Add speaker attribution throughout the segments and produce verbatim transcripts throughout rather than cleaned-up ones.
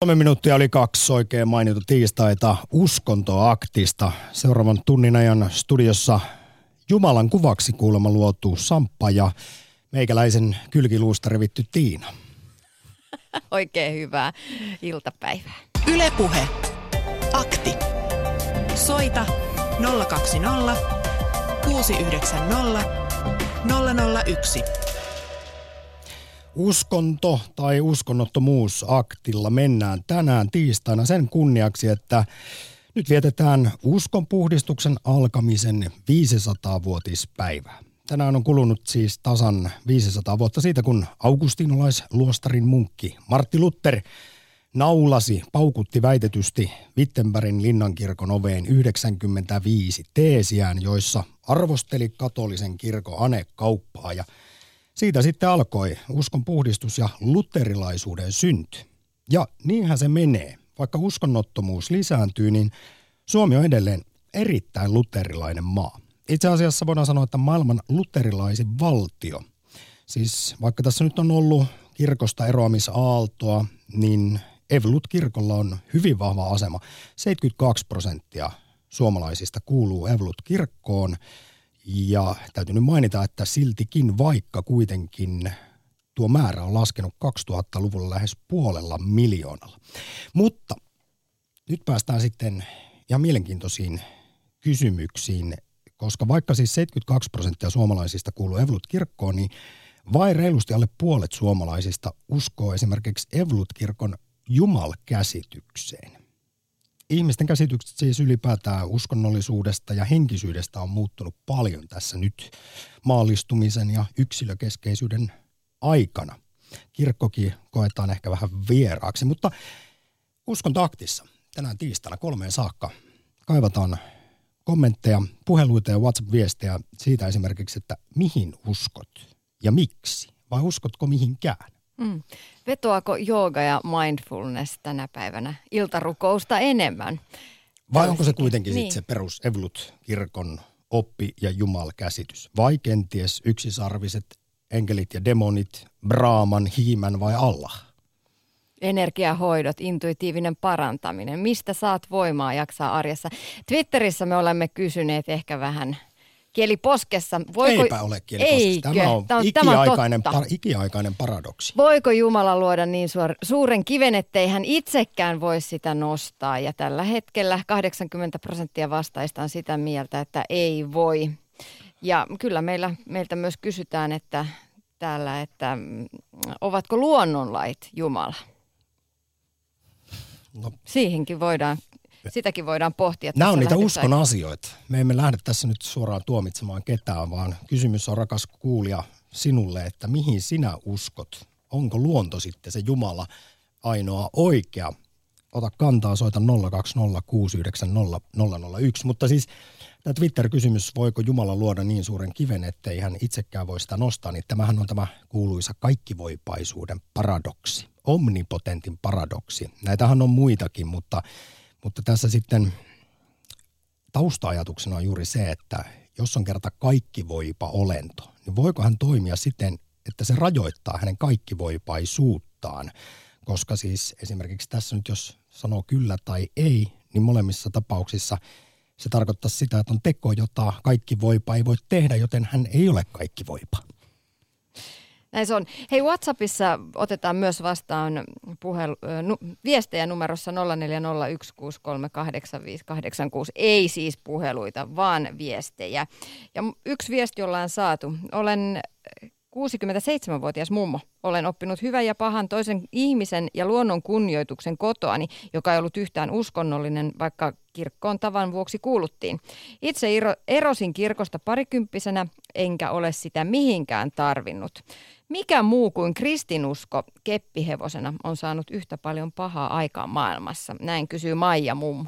Speaker 1: Kolme minuuttia oli kaksi oikein mainittu tiistaita uskontoaktista. Seuraavan tunnin ajan studiossa Jumalan kuvaksi kuulemma luotu Samppa ja meikäläisen kylkiluusta revitty Tiina.
Speaker 2: Oikein hyvää iltapäivää.
Speaker 3: Yle Puhe. Akti. Soita nolla kaksi nolla kuusi yhdeksän nolla nolla nolla yksi.
Speaker 1: Uskonto tai uskonnottomuus aktilla mennään tänään tiistaina sen kunniaksi, että nyt vietetään uskonpuhdistuksen alkamisen viisisataavuotispäivää. Tänään on kulunut siis tasan viisisataa vuotta siitä, kun augustinolaisluostarin munkki Martti Luther naulasi, paukutti väitetysti Wittenbergin linnankirkon oveen yhdeksänkymmentäviisi teesiään, joissa arvosteli katolisen kirkon anekauppaa, ja siitä sitten alkoi uskon puhdistus ja luterilaisuuden synty. Ja niinhän se menee. Vaikka uskonnottomuus lisääntyy, niin Suomi on edelleen erittäin luterilainen maa. Itse asiassa voidaan sanoa, että maailman luterilaisin valtio. Siis vaikka tässä nyt on ollut kirkosta eroamisaaltoa, niin Evankelut-kirkolla on hyvin vahva asema. seitsemänkymmentäkaksi prosenttia suomalaisista kuuluu Evankelut-kirkkoon. Ja täytyy nyt mainita, että siltikin vaikka kuitenkin tuo määrä on laskenut kaksituhattaluvulla lähes puolella miljoonalla. Mutta nyt päästään sitten ihan mielenkiintoisiin kysymyksiin, koska vaikka siis seitsemänkymmentäkaksi prosenttia suomalaisista kuuluu Evankelut-kirkkoon, niin vain reilusti alle puolet suomalaisista uskoo esimerkiksi Evankelut-kirkon Jumalkäsitykseen. Ihmisten käsitykset siis ylipäätään uskonnollisuudesta ja henkisyydestä on muuttunut paljon tässä nyt maallistumisen ja yksilökeskeisyyden aikana. Kirkkokin koetaan ehkä vähän vieraaksi, mutta uskontoaktissa tänään tiistaina kolmeen saakka kaivataan kommentteja, puheluita ja WhatsApp-viestejä siitä esimerkiksi, että mihin uskot ja miksi, vai uskotko mihinkään?
Speaker 2: Mm. Vetoako jooga ja mindfulness tänä päivänä iltarukousta enemmän?
Speaker 1: Vai onko se kuitenkin
Speaker 2: niin.
Speaker 1: sitten se perus Evankelut-kirkon oppi ja jumalkäsitys? Vai kenties yksisarviset enkelit ja demonit, Brahman, Hiimän vai Allah?
Speaker 2: Energiahoidot, intuitiivinen parantaminen. Mistä saat voimaa jaksaa arjessa? Twitterissä me olemme kysyneet ehkä vähän kieli poskessa. Voiko...
Speaker 1: Eipä ole kieli poskessa. Tämä on,
Speaker 2: tämä on
Speaker 1: ikiaikainen, par, ikiaikainen paradoksi.
Speaker 2: Voiko Jumala luoda niin suor, suuren kiven, ettei hän itsekään voi sitä nostaa? Ja tällä hetkellä kahdeksankymmentä prosenttia vastaista on sitä mieltä, että ei voi. Ja kyllä meillä, meiltä myös kysytään, että täällä, että ovatko luonnonlait Jumala? No. Siihenkin voidaan. Sitäkin voidaan pohtia.
Speaker 1: Nämä on niitä uskon asioita. Me emme lähde tässä nyt suoraan tuomitsemaan ketään, vaan kysymys on, rakas kuulija, sinulle, että mihin sinä uskot? Onko luonto sitten se Jumala ainoa oikea? Ota kantaa, soita nolla kaksi nolla kuusi yhdeksän nolla nolla nolla yksi. Mutta siis tämä Twitter-kysymys, voiko Jumala luoda niin suuren kiven, ettei hän itsekään voi sitä nostaa, niin tämähän on tämä kuuluisa kaikkivoipaisuuden paradoksi, omnipotentin paradoksi. Näitähän on muitakin, mutta Mutta tässä sitten tausta-ajatuksena on juuri se, että jos on kerta kaikkivoipa olento, niin voiko hän toimia siten, että se rajoittaa hänen kaikkivoipaisuuttaan. Koska siis esimerkiksi tässä nyt jos sanoo kyllä tai ei, niin molemmissa tapauksissa se tarkoittaa sitä, että on teko, jota kaikkivoipa ei voi tehdä, joten hän ei ole kaikkivoipa.
Speaker 2: Näin se on. Hei, WhatsAppissa otetaan myös vastaan puhelu, nu, viestejä numerossa nolla neljä nolla yksi kuusi kolme kahdeksan viisi kahdeksan kuusi. Ei siis puheluita, vaan viestejä. Ja yksi viesti ollaan saatu. Olen kuusikymmentäseitsemänvuotias mummo. Olen oppinut hyvän ja pahan toisen ihmisen ja luonnon kunnioituksen kotoani, joka ei ollut yhtään uskonnollinen, vaikka kirkkoon tavan vuoksi kuuluttiin. Itse erosin kirkosta parikymppisenä, enkä ole sitä mihinkään tarvinnut. Mikä muu kuin kristinusko keppihevosena on saanut yhtä paljon pahaa aikaa maailmassa? Näin kysyy Maija mummo.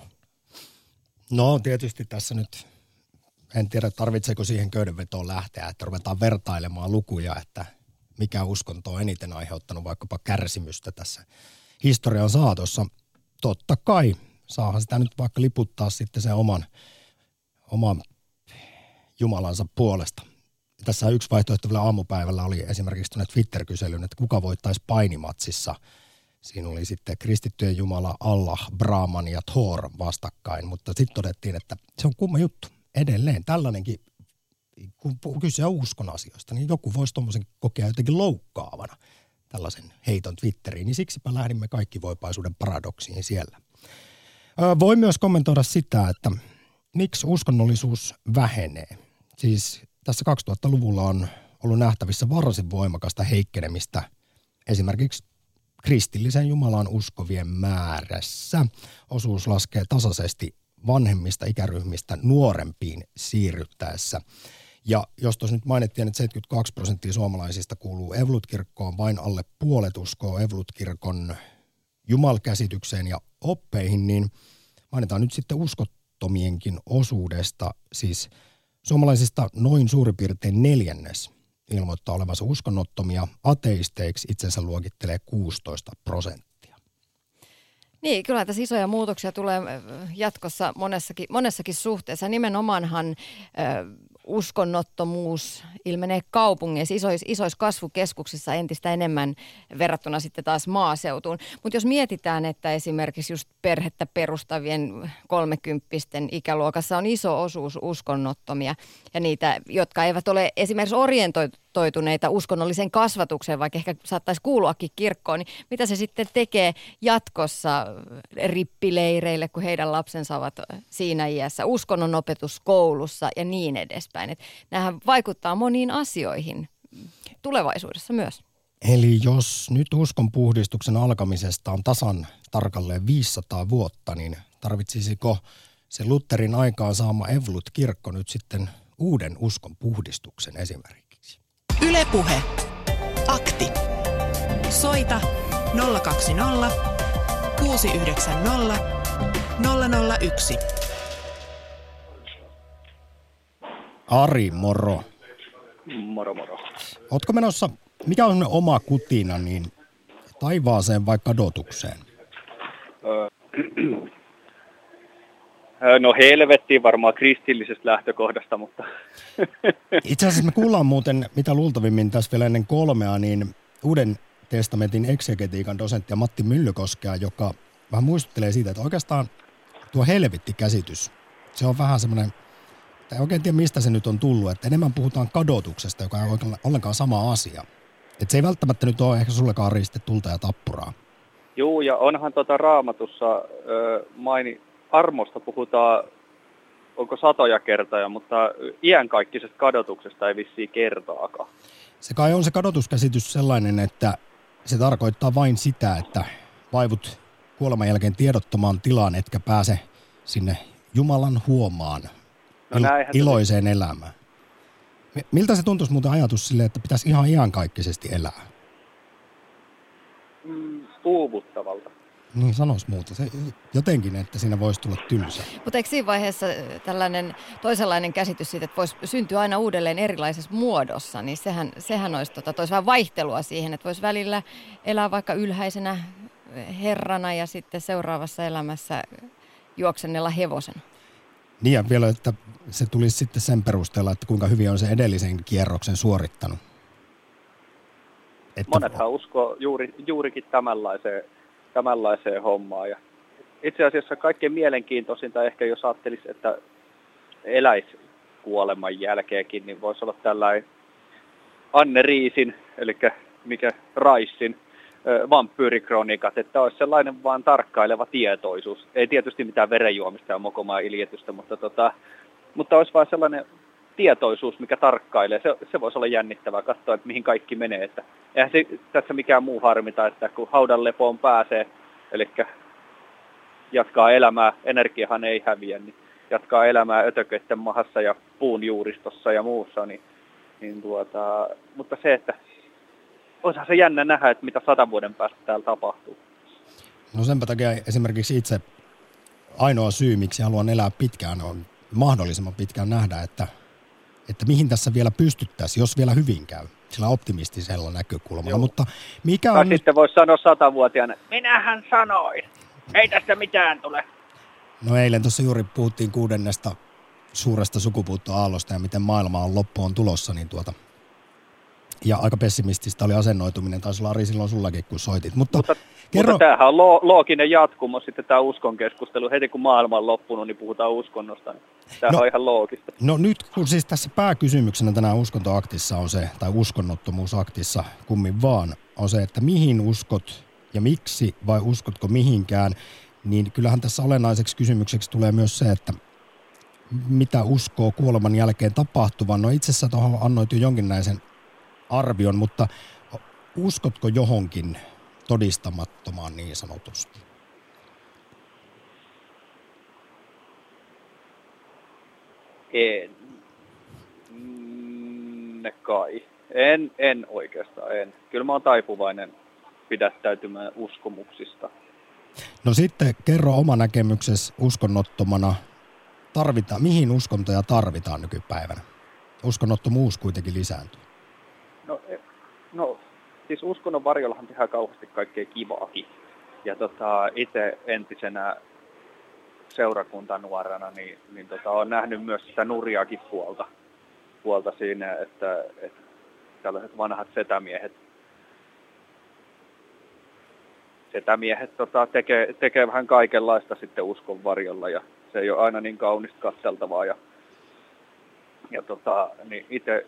Speaker 1: No tietysti tässä nyt, en tiedä tarvitseeko siihen köydenvetoon lähteä, että ruvetaan vertailemaan lukuja, että mikä uskonto on eniten aiheuttanut vaikkapa kärsimystä tässä historian saatossa. Totta kai saahan sitä nyt vaikka liputtaa sitten sen oman, oman Jumalansa puolesta. Tässä yksi vaihtoehto vielä aamupäivällä oli esimerkiksi tuonne Twitter-kyselyyn, että kuka voittaisi painimatsissa Siinä oli sitten kristittyjen jumala Allah, Brahman ja Thor vastakkain, mutta sitten todettiin, että se on kumma juttu. Edelleen tällainenkin, kun kyse on uskon asioista, niin joku voisi tuommoisen kokea jotenkin loukkaavana tällaisen heiton Twitteriin, niin siksipä lähdimme kaikki voipaisuuden paradoksiin siellä. Voi myös kommentoida sitä, että miksi uskonnollisuus vähenee. Siis tässä kaksituhattaluvulla on ollut nähtävissä varsin voimakasta heikkenemistä esimerkiksi kristillisen Jumalaan uskovien määrässä. Osuus laskee tasaisesti vanhemmista ikäryhmistä nuorempiin siirryttäessä. Ja jos tuossa nyt mainittiin, että seitsemänkymmentäkaksi prosenttia suomalaisista kuuluu Evankelisluterilainen, vain alle puolet uskoo Evankelisluterilaisen jumalkäsitykseen ja oppeihin, niin mainitaan nyt sitten uskottomienkin osuudesta. Siis suomalaisista noin suurin piirtein neljännes ilmoittaa olevansa uskonnottomia, ateisteiksi itsensä luokittelee kuusitoista prosenttia.
Speaker 2: Niin, kyllä tässä isoja muutoksia tulee jatkossa monessakin, monessakin suhteessa. Nimenomaanhan ö, uskonnottomuus ilmenee kaupungeissa, isoissa, isoissa kasvukeskuksissa entistä enemmän verrattuna sitten taas maaseutuun. Mutta jos mietitään, että esimerkiksi just perhettä perustavien kolmekymppisten ikäluokassa on iso osuus uskonnottomia ja niitä, jotka eivät ole esimerkiksi orientoituneita uskonnolliseen kasvatukseen, vaikka ehkä saattaisi kuuluakin kirkkoon, niin mitä se sitten tekee jatkossa rippileireille, kun heidän lapsensa ovat siinä iässä, uskonnon opetus koulussa ja niin edespäin. Et nämähän vaikuttaa moniin asioihin tulevaisuudessa myös.
Speaker 1: Eli jos nyt uskonpuhdistuksen alkamisesta on tasan tarkalleen viisisataa vuotta, niin tarvitsisiko se Lutherin aikaan saama Evankelisluterilainen-kirkko nyt sitten uuden uskonpuhdistuksen esimerkiksi?
Speaker 3: Yle Puhe. Akti. Soita nolla kaksi nolla kuusi yhdeksän nolla nolla nolla yksi.
Speaker 1: Ari, moro.
Speaker 4: Moro, moro.
Speaker 1: Ootko menossa, mikä on oma kutina, niin taivaaseen vai kadotukseen?
Speaker 4: No helvettiin varmaan kristillisestä lähtökohdasta, mutta...
Speaker 1: Itse asiassa me kuullaan muuten, mitä luultavimmin tässä vielä ennen kolmea, niin Uuden testamentin eksegetiikan dosenttia Matti Myllykoskea, joka vähän muistuttelee siitä, että oikeastaan tuo helvettikäsitys, se on vähän semmoinen, tai oikein tiedä mistä se nyt on tullut, että enemmän puhutaan kadotuksesta, joka ei ole ollenkaan sama asia. Että se ei välttämättä nyt ole ehkä sullekaan riiste tulta ja tappuraa.
Speaker 4: Juu, ja onhan tuota Raamatussa ö, maini, armosta puhutaan, onko satoja kertoja, mutta iänkaikkisesta kadotuksesta ei vissiin kertaakaan.
Speaker 1: Se kai on se kadotuskäsitys sellainen, että se tarkoittaa vain sitä, että vaivut kuoleman jälkeen tiedottomaan tilaan, etkä pääse sinne Jumalan huomaan
Speaker 4: no
Speaker 1: il- iloiseen elämään. Miltä se tuntuisi muuten ajatus silleen, että pitäisi ihan iankaikkisesti elää?
Speaker 4: Mm, uuvuttavalta.
Speaker 1: Niin sanois muuta. Se, jotenkin, että siinä voisi tulla tylsä.
Speaker 2: Mutta eikö siinä vaiheessa tällainen toisenlainen käsitys siitä, että voisi syntyä aina uudelleen erilaisessa muodossa, niin sehän, sehän olisi tota, toisi vähän vaihtelua siihen, että voisi välillä elää vaikka ylhäisenä herrana ja sitten seuraavassa elämässä juoksennella hevosena.
Speaker 1: Niin ja vielä, että se tulisi sitten sen perusteella, että kuinka hyvin on se edellisen kierroksen suorittanut.
Speaker 4: Että... Monethan uskoo juuri, juurikin tämänlaiseen, tämänlaiseen hommaan. Ja itse asiassa kaikkein mielenkiintoisinta ehkä, jos ajattelisi, että eläisi kuoleman jälkeenkin, niin voisi olla tällainen Anne Riisin, eli mikä Raissin, vampyyrikronikat, että olisi sellainen vaan tarkkaileva tietoisuus. Ei tietysti mitään verenjuomista ja mokomaa iljetystä, mutta, tota, mutta olisi vaan sellainen tietoisuus, mikä tarkkailee. Se, se voisi olla jännittävää katsoa, että mihin kaikki menee. Että eihän se tässä mikään muu harmita, että kun haudan lepoon pääsee, eli jatkaa elämää, energiahan ei häviä, niin jatkaa elämää ötököiden mahassa ja puun juuristossa ja muussa. Niin, niin tuota, mutta se, että olisihan se jännä nähdä, että mitä sadan vuoden päästä täällä tapahtuu.
Speaker 1: No senpä takia esimerkiksi itse ainoa syy, miksi haluan elää pitkään, on mahdollisimman pitkään nähdä, että, että mihin tässä vielä pystyttäisiin, jos vielä hyvin käy, sillä optimistisella näkökulmalla. Joo. Mutta mikä on...
Speaker 4: Ja sitten voisi sanoa satavuotiaana, minähän sanoin, ei tästä mitään tule.
Speaker 1: No eilen tuossa juuri puhuttiin kuudennesta suuresta sukupuuttoaallosta ja miten maailma on loppuun tulossa, niin tuota... Ja aika pessimististä oli asennoituminen, taisi olla Ari silloin sullakin, kun soitit. Mutta,
Speaker 4: mutta,
Speaker 1: kerro...
Speaker 4: mutta tämähän on lo- looginen jatkumo sitten tämä uskon keskustelu. Heti kun maailma on loppunut, niin puhutaan uskonnosta. Niin tämähän
Speaker 1: no,
Speaker 4: on ihan loogista.
Speaker 1: No nyt kun siis tässä pääkysymyksenä tänään uskontoaktissa on se, tai uskonnottomuusaktissa kummin vaan, on se, että mihin uskot ja miksi vai uskotko mihinkään, niin kyllähän tässä olennaiseksi kysymykseksi tulee myös se, että mitä uskoo kuoleman jälkeen tapahtuvan. No itse asiassa tuohon annoit jo jonkinnäisen arvion, mutta uskotko johonkin todistamattomaan niin sanotusti?
Speaker 4: En. Mm, kai. En, en oikeastaan, en. Kyllä mä oon taipuvainen pidättäytymään uskomuksista.
Speaker 1: No sitten kerro oma näkemyksesi uskonnottomana. Tarvitaan, mihin uskontoja tarvitaan nykypäivänä? Uskonnottomuus kuitenkin lisääntyy.
Speaker 4: No, no siis uskonnon varjollahan tehdään kauheasti kaikkea kivaakin. Ja tota, itse entisenä seurakuntanuorana niin, niin tota, olen nähnyt myös sitä nurjaakin puolta, puolta siinä, että, että tällaiset vanhat setämiehet, setämiehet tota, tekee, tekee vähän kaikenlaista sitten uskon varjolla ja se ei ole aina niin kaunista katseltavaa. Ja, ja tota, niin itse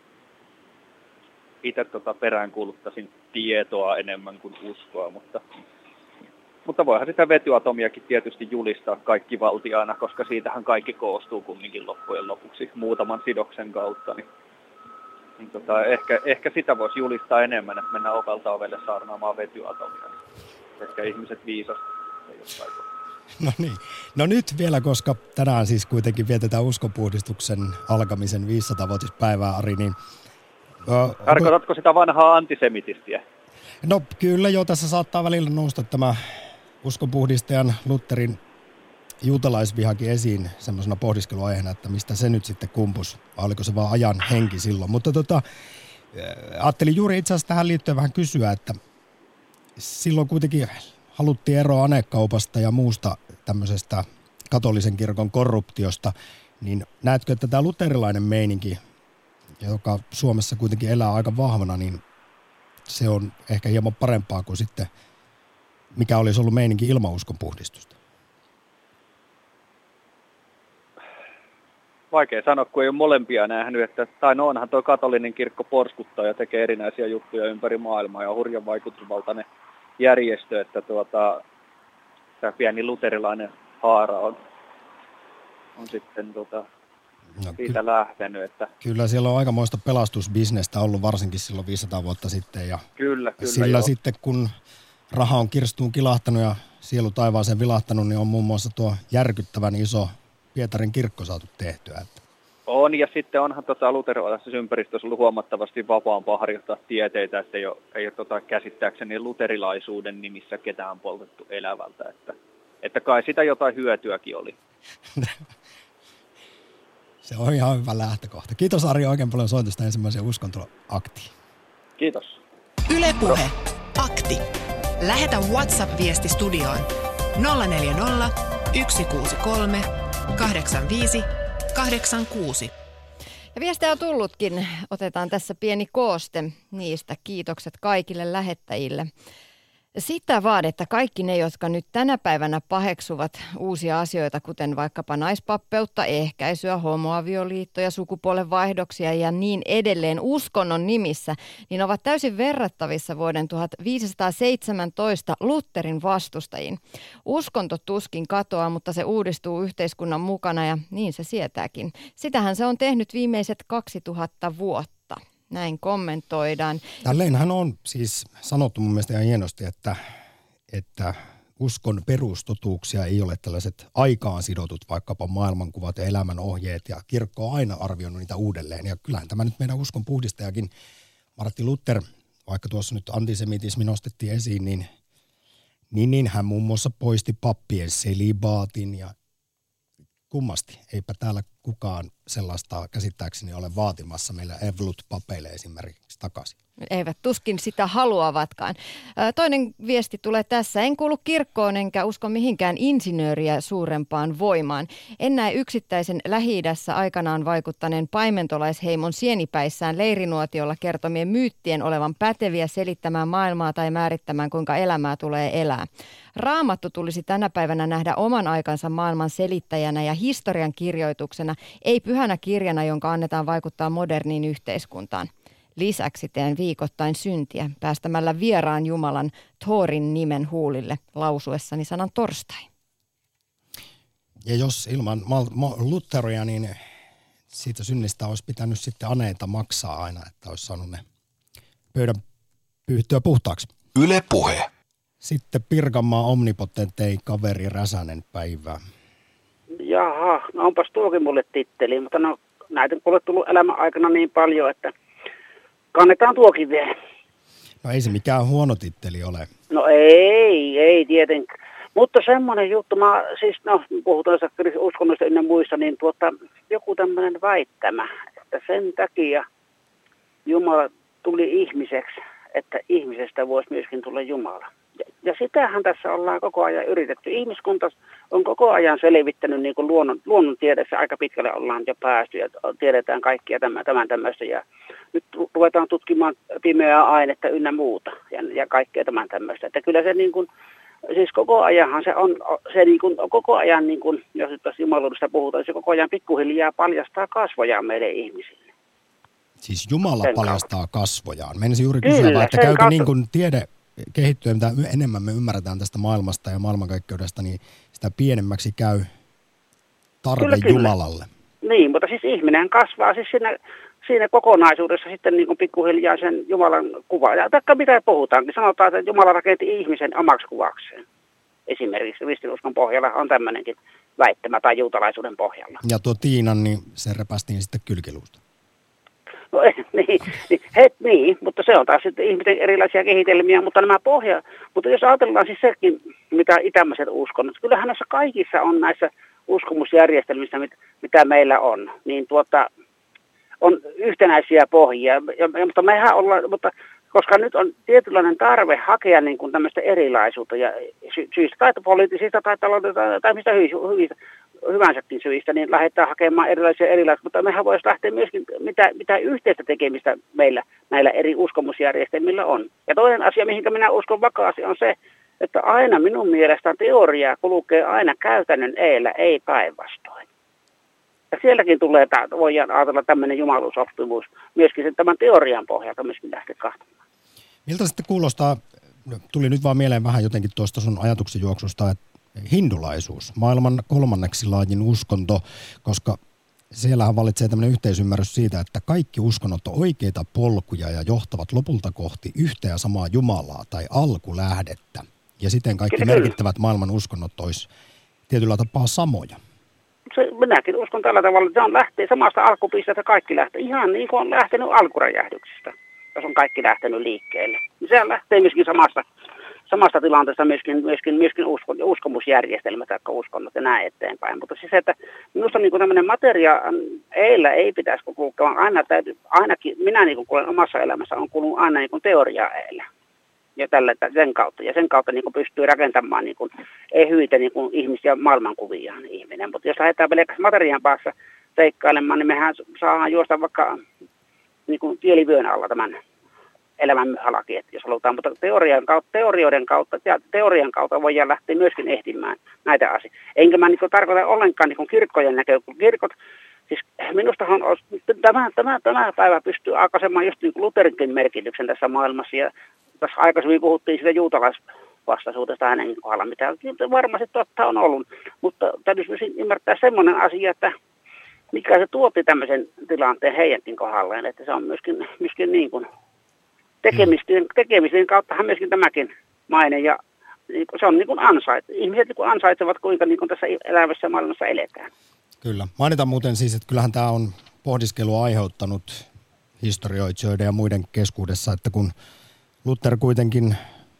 Speaker 4: itse tota peräänkuuluttaisin tietoa enemmän kuin uskoa, mutta, mutta voihan sitä vetyatomiakin tietysti julistaa kaikki valtiaana, koska siitähän kaikki koostuu kumminkin loppujen lopuksi muutaman sidoksen kautta. Niin, niin tota, ehkä, ehkä sitä voisi julistaa enemmän, että mennään ovelta ovelle saarnaamaan vetyatomia. Ehkä ihmiset viisasta ei jostain kohtaa.
Speaker 1: No niin. No nyt vielä, koska tänään siis kuitenkin vietetään uskonpuhdistuksen alkamisen viisisataavuotispäivää, Ari, niin... Ö,
Speaker 4: Tarkoitatko sitä vanhaa antisemitistiä?
Speaker 1: No kyllä jo, tässä saattaa välillä nousta tämä uskonpuhdistajan Lutherin juutalaisvihakin esiin semmoisena pohdiskeluaiheena, että mistä se nyt sitten kumpus, vai oliko se vaan ajan henki silloin. Mutta tota, ajattelin juuri itse asiassa tähän liittyen vähän kysyä, että silloin kuitenkin haluttiin eroa anekaupasta ja muusta tämmöisestä katolisen kirkon korruptiosta, niin näetkö, että tämä luterilainen meininki, joka Suomessa kuitenkin elää aika vahvana, niin se on ehkä hieman parempaa kuin sitten, mikä olisi ollut meininki ilman uskonpuhdistusta?
Speaker 4: Vaikea sanoa, kun ei ole molempia nähnyt, että, tai no onhan tuo katolinen kirkko porskuttaa ja tekee erinäisiä juttuja ympäri maailmaa ja hurjan vaikutusvaltainen järjestö, että tuota, tämä pieni luterilainen haara on, on sitten tuota, no, siitä ky- lähtenyt. Että
Speaker 1: kyllä siellä on aikamoista pelastusbisnestä ollut varsinkin silloin viisisataa vuotta sitten. Ja
Speaker 4: kyllä, kyllä.
Speaker 1: Sillä
Speaker 4: joo.
Speaker 1: sitten kun raha on kirstuun kilahtanut ja sielu taivaaseen vilahtanut, niin on muun muassa tuo järkyttävän iso Pietarin kirkko saatu tehtyä.
Speaker 4: On, ja sitten onhan tota luterilaisessa ympäristössä ollut huomattavasti vapaampaa harjoittaa tieteitä, että ei ole, ei ole tota käsittääkseni luterilaisuuden nimissä ketään poltettu elävältä, että, että kai sitä jotain hyötyäkin oli.
Speaker 1: Se on ihan hyvä lähtökohta. Kiitos Ari oikein paljon soitosta ensimmäiseen uskontoaktiin.
Speaker 4: Kiitos.
Speaker 3: Yle Puhe. Akti. Lähetä WhatsApp-viesti studioon nolla neljä nolla, yksi kuusi kolme, kahdeksan viisi, kahdeksan kuusi.
Speaker 2: Ja viestejä on tullutkin. Otetaan tässä pieni kooste niistä. Kiitokset kaikille lähettäjille. Sitä vaan, että kaikki ne, jotka nyt tänä päivänä paheksuvat uusia asioita, kuten vaikkapa naispappeutta, ehkäisyä, homoavioliittoja, sukupuolenvaihdoksia ja niin edelleen uskonnon nimissä, niin ovat täysin verrattavissa vuoden tuhatviisisataaseitsemäntoista Lutherin vastustajiin. Uskonto tuskin katoaa, mutta se uudistuu yhteiskunnan mukana ja niin se sietääkin. Sitähän se on tehnyt viimeiset kaksituhatta vuotta. Näin kommentoidaan.
Speaker 1: Tälleenhän on siis sanottu mun mielestä ihan hienosti, että, että uskon perustotuuksia ei ole tällaiset aikaan sidotut vaikkapa maailmankuvat ja elämän ohjeet, ja kirkko on aina arvioinut niitä uudelleen. Ja kyllähän tämä nyt meidän uskon puhdistajakin, Martti Luther, vaikka tuossa nyt antisemitismi nostettiin esiin, niin, niin, niin hän muun muassa poisti pappien selibaatin ja kummasti. Eipä täällä kukaan sellaista käsittääkseni ole vaatimassa meillä Evlut-papeille esimerkiksi takaisin.
Speaker 2: Eivät tuskin sitä haluavatkaan. Toinen viesti tulee tässä. En kuulu kirkkoon enkä usko mihinkään insinööriä suurempaan voimaan. En näe yksittäisen Lähi-idässä aikanaan vaikuttaneen paimentolaisheimon sienipäissään leirinuotiolla kertomien myyttien olevan päteviä selittämään maailmaa tai määrittämään, kuinka elämää tulee elää. Raamattu tulisi tänä päivänä nähdä oman aikansa maailman selittäjänä ja historian kirjoituksena, ei pyhänä kirjana, jonka annetaan vaikuttaa moderniin yhteiskuntaan. Lisäksi teen viikoittain syntiä päästämällä vieraan Jumalan Thorin nimen huulille lausuessani sanan torstai.
Speaker 1: Ja jos ilman Lutheria, niin siitä synnistä olisi pitänyt sitten aneita maksaa aina, että olisi saanut ne pöydän pyyhtyä puhtaaksi.
Speaker 5: Yle Puhe.
Speaker 1: Sitten Pirkanmaan omnipotentei kaveri Räsänen päivää.
Speaker 6: Jaha, no onpas tuokin mulle titteli, mutta no näitä on kuule tullut elämän aikana niin paljon, että kannetaan tuokin vielä.
Speaker 1: No ei se mikään huono titteli ole.
Speaker 6: No ei, ei tietenkään. Mutta semmoinen juttu, mä siis, no puhutaan uskonnoista ynnä muista, niin tuota, joku tämmöinen väittämä, että sen takia Jumala tuli ihmiseksi, että ihmisestä voisi myöskin tulla Jumala. Ja, ja sitähän tässä ollaan koko ajan yritetty. Ihmiskunta on koko ajan selvittänyt niin kuin luonnon, luonnontiedessä, aika pitkälle ollaan jo päästy ja tiedetään kaikkia tämän, tämän tämmöistä. Ja nyt ruvetaan tutkimaan pimeää ainetta ynnä muuta ja, ja kaikkea tämän tämmöistä. Että kyllä se niin kuin, siis koko ajanhan se on, se niin kuin, koko ajan, niin kuin, jos nyt tässä jumaluudesta puhutaan, se koko ajan pikkuhiljaa paljastaa kasvojaan meille ihmisille.
Speaker 1: Siis Jumala
Speaker 6: sen
Speaker 1: paljastaa kautta kasvojaan. Meinasin juuri
Speaker 6: Kyllä,
Speaker 1: kysyä, että käykö
Speaker 6: kautta.
Speaker 1: niin kuin tiede kehittyy, mitä enemmän me ymmärretään tästä maailmasta ja maailmankaikkeudesta, niin sitä pienemmäksi käy tarve
Speaker 6: Kyllä, kyllä.
Speaker 1: Jumalalle.
Speaker 6: Niin, mutta siis ihminen kasvaa siis siinä, siinä kokonaisuudessa sitten niin kuin pikkuhiljaa sen Jumalan kuvaa. Ja taikka mitä puhutaankin, sanotaan, että Jumala rakenti ihmisen omaksi kuvakseen. Esimerkiksi kristinuskon pohjalla on tämmöinenkin väittämä tai juutalaisuuden pohjalla.
Speaker 1: Ja tuo Tiinan, niin se repästiin sitten kylkiluusta.
Speaker 6: No niin, niin, he, niin, mutta se on taas sitten ihmisten erilaisia kehitelmiä, mutta nämä pohja, mutta jos ajatellaan siis sekin, mitä itämäiset uskonnot, kyllähän näissä kaikissa on näissä uskomusjärjestelmissä, mit, mitä meillä on, niin tuota, on yhtenäisiä pohjia, ja, mutta mehän ollaan, mutta koska nyt on tietynlainen tarve hakea niin kuin tämmöistä erilaisuutta ja sy- syistä tai poliittisista tai taloudellisista tai mistä hyvistä, hyvänsäkin syistä, niin lähdetään hakemaan erilaisia erilaisia, mutta mehän voisi lähteä myöskin, mitä, mitä yhteistä tekemistä meillä näillä eri uskomusjärjestelmillä on. Ja toinen asia, mihinkä minä uskon vakaasti, on se, että aina minun mielestäni teoria kulkee aina käytännön eellä, ei päinvastoin. Ja sielläkin tulee, voidaan ajatella tämmöinen jumaluusoppimus myöskin sen tämän teorian pohjalta myöskin lähteä kahtamaan.
Speaker 1: Miltä sitten kuulostaa, tuli nyt vaan mieleen vähän jotenkin tuosta sun ajatuksen juoksusta, että hindulaisuus, maailman kolmanneksi laajin uskonto, koska siellähän valitsee tämmöinen yhteisymmärrys siitä, että kaikki uskonnot on oikeita polkuja ja johtavat lopulta kohti yhtä ja samaa Jumalaa tai alkulähdettä. Ja siten kaikki
Speaker 6: Kyllä.
Speaker 1: merkittävät maailman uskonnot olisi tietyllä tapaa samoja.
Speaker 6: Se, minäkin uskon tällä tavalla, että se on lähtee samasta alkupisteestä, kaikki lähtee ihan niin kuin on lähtenyt alkuräjähdyksestä, jos on kaikki lähtenyt liikkeelle. Se lähtee myöskin samasta, samasta tilanteesta myöskin, myöskin, myöskin uskon, uskomusjärjestelmät tai uskonnot ja näin eteenpäin. Mutta siis, että minusta niin kuin tämmöinen materia eillä ei pitäisi kulkea, vaan aina täytyy, ainakin minä niin kuin kuulen omassa elämässä on kulunut aina niin kuin teoria eillä. Ja tällä, sen kautta. Ja sen kautta niin kuin pystyy rakentamaan niin kuin, ehyitä niin kuin ihmisiä maailmankuviaan ihminen. Mutta jos lähdetään pelkästään materiaan päässä seikkailemaan, niin mehän saadaan juosta vaikka niin kuin tielivyön alla tämän elämän myhälaki, jos halutaan. Mutta teorian kautta, teorioiden kautta ja teorian kautta voidaan lähteä myöskin ehtimään näitä asioita. Enkä mä niin kuin tarkoita ollenkaan niin kuin kirkkojen näkökulmasta. Kirkot, siis minustahan olisi, tämä, tämä, tämä päivä pystyy aikaisemman just niin kuin Lutherinkin merkityksen tässä maailmassa. Ja tässä aikaisemmin puhuttiin siitä juutalaisvastaisuudesta hänenkin kohdalla, mitä varmasti totta on ollut. Mutta täytyisi myös ymmärtää semmoinen asia, että mikä se tuotti tämmöisen tilanteen heidänkin kohdalleen, että se on myöskin, myöskin niin kuin tekemisten, tekemisten kauttahan myöskin tämäkin maine ja se on niin kuin ansait. Ihmiset niin kuin ansaitsevat, kuinka niin kuin tässä elävässä maailmassa eletään.
Speaker 1: Kyllä. Mainitaan muuten siis, että kyllähän tämä on pohdiskelua aiheuttanut historioitsijoiden ja muiden keskuudessa, että kun Luther kuitenkin